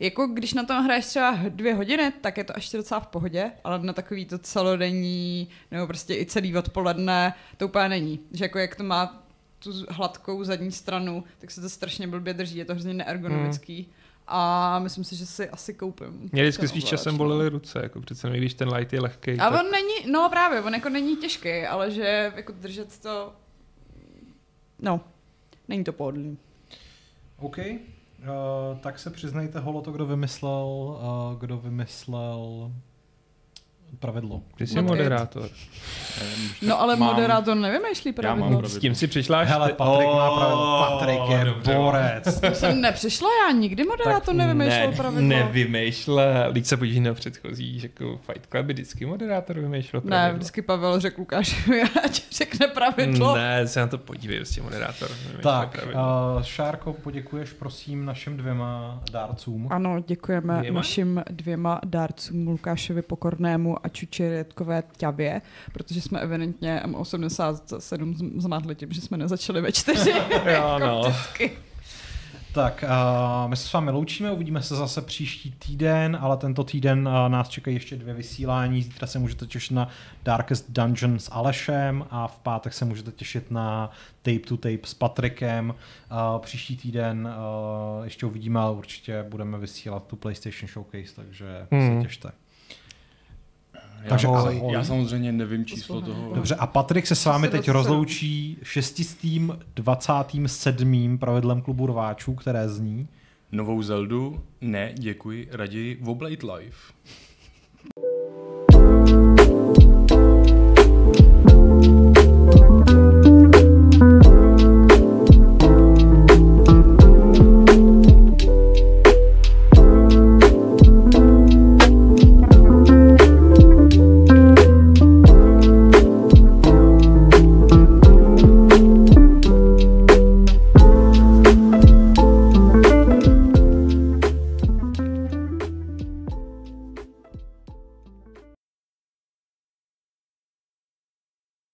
Jako když na tom hraješ třeba dvě hodiny, tak je to ještě docela v pohodě, ale na takový to celodenní, nebo prostě i celý odpoledne, to úplně není. Že jako jak to má tu hladkou zadní stranu, tak se to strašně blbě drží, je to hrozně neergonomický. Hmm. A myslím si, že si asi koupím. Mě vždycky spíš časem bolely ruce, jako přece nevím, když ten light je lehký. A tak... on není, no právě, on jako není těžký, ale že jako držet to, no, není to pohodlný. OK, uh, tak se přiznejte, holo, to kdo vymyslel, uh, kdo vymyslel pravidlo. Ty jsi moderátor. No ale mám, moderátor nevymýšlí pravidlo. Já mám pravidlo. S tím si přišla až... Hele, Patrik oh, má pravidlo. Patrik je dobře. borec. To jsem nepřišla, já nikdy moderátor nevymýšlel ne, pravidlo. nevymýšlel. Teď se podívej na předchozí, že jako Fight Club vždycky moderátor vymýšlel pravidlo. Ne, vždycky Pavel řekl Lukášovi, ať řekne pravidlo. Ne, se na to podívej, prostě moderátor vymýšlel Tak, pravidlo. uh, Šárko, poděkuješ prosím našim dvěma dárcům. Ano, děkujeme Dvěma? našim dvěma dárcům, Lukášovi Pokornému a Čuči Redkové Ťavě, protože jsme evidentně M osmdesát sedm zmátli tím, že jsme nezačali ve čtyři. Jo, no. Vždycky. Tak, uh, my se s vámi loučíme, uvidíme se zase příští týden, ale tento týden uh, nás čekají ještě dvě vysílání. Zítra se můžete těšit na Darkest Dungeon s Alešem a v pátek se můžete těšit na Tape to Tape s Patrikem. Uh, příští týden uh, ještě uvidíme, ale určitě budeme vysílat tu PlayStation Showcase, takže Hmm. se těšte. Já, Takže já, ahoj. já samozřejmě nevím číslo toho. Dobře, a Patrik se s vámi teď dvacet sedm. rozloučí šestistým dvacátým sedmým pravidlem klubu rváčů, které zní... Novou Zeldu? Ne, děkuji, raději Woblade Live.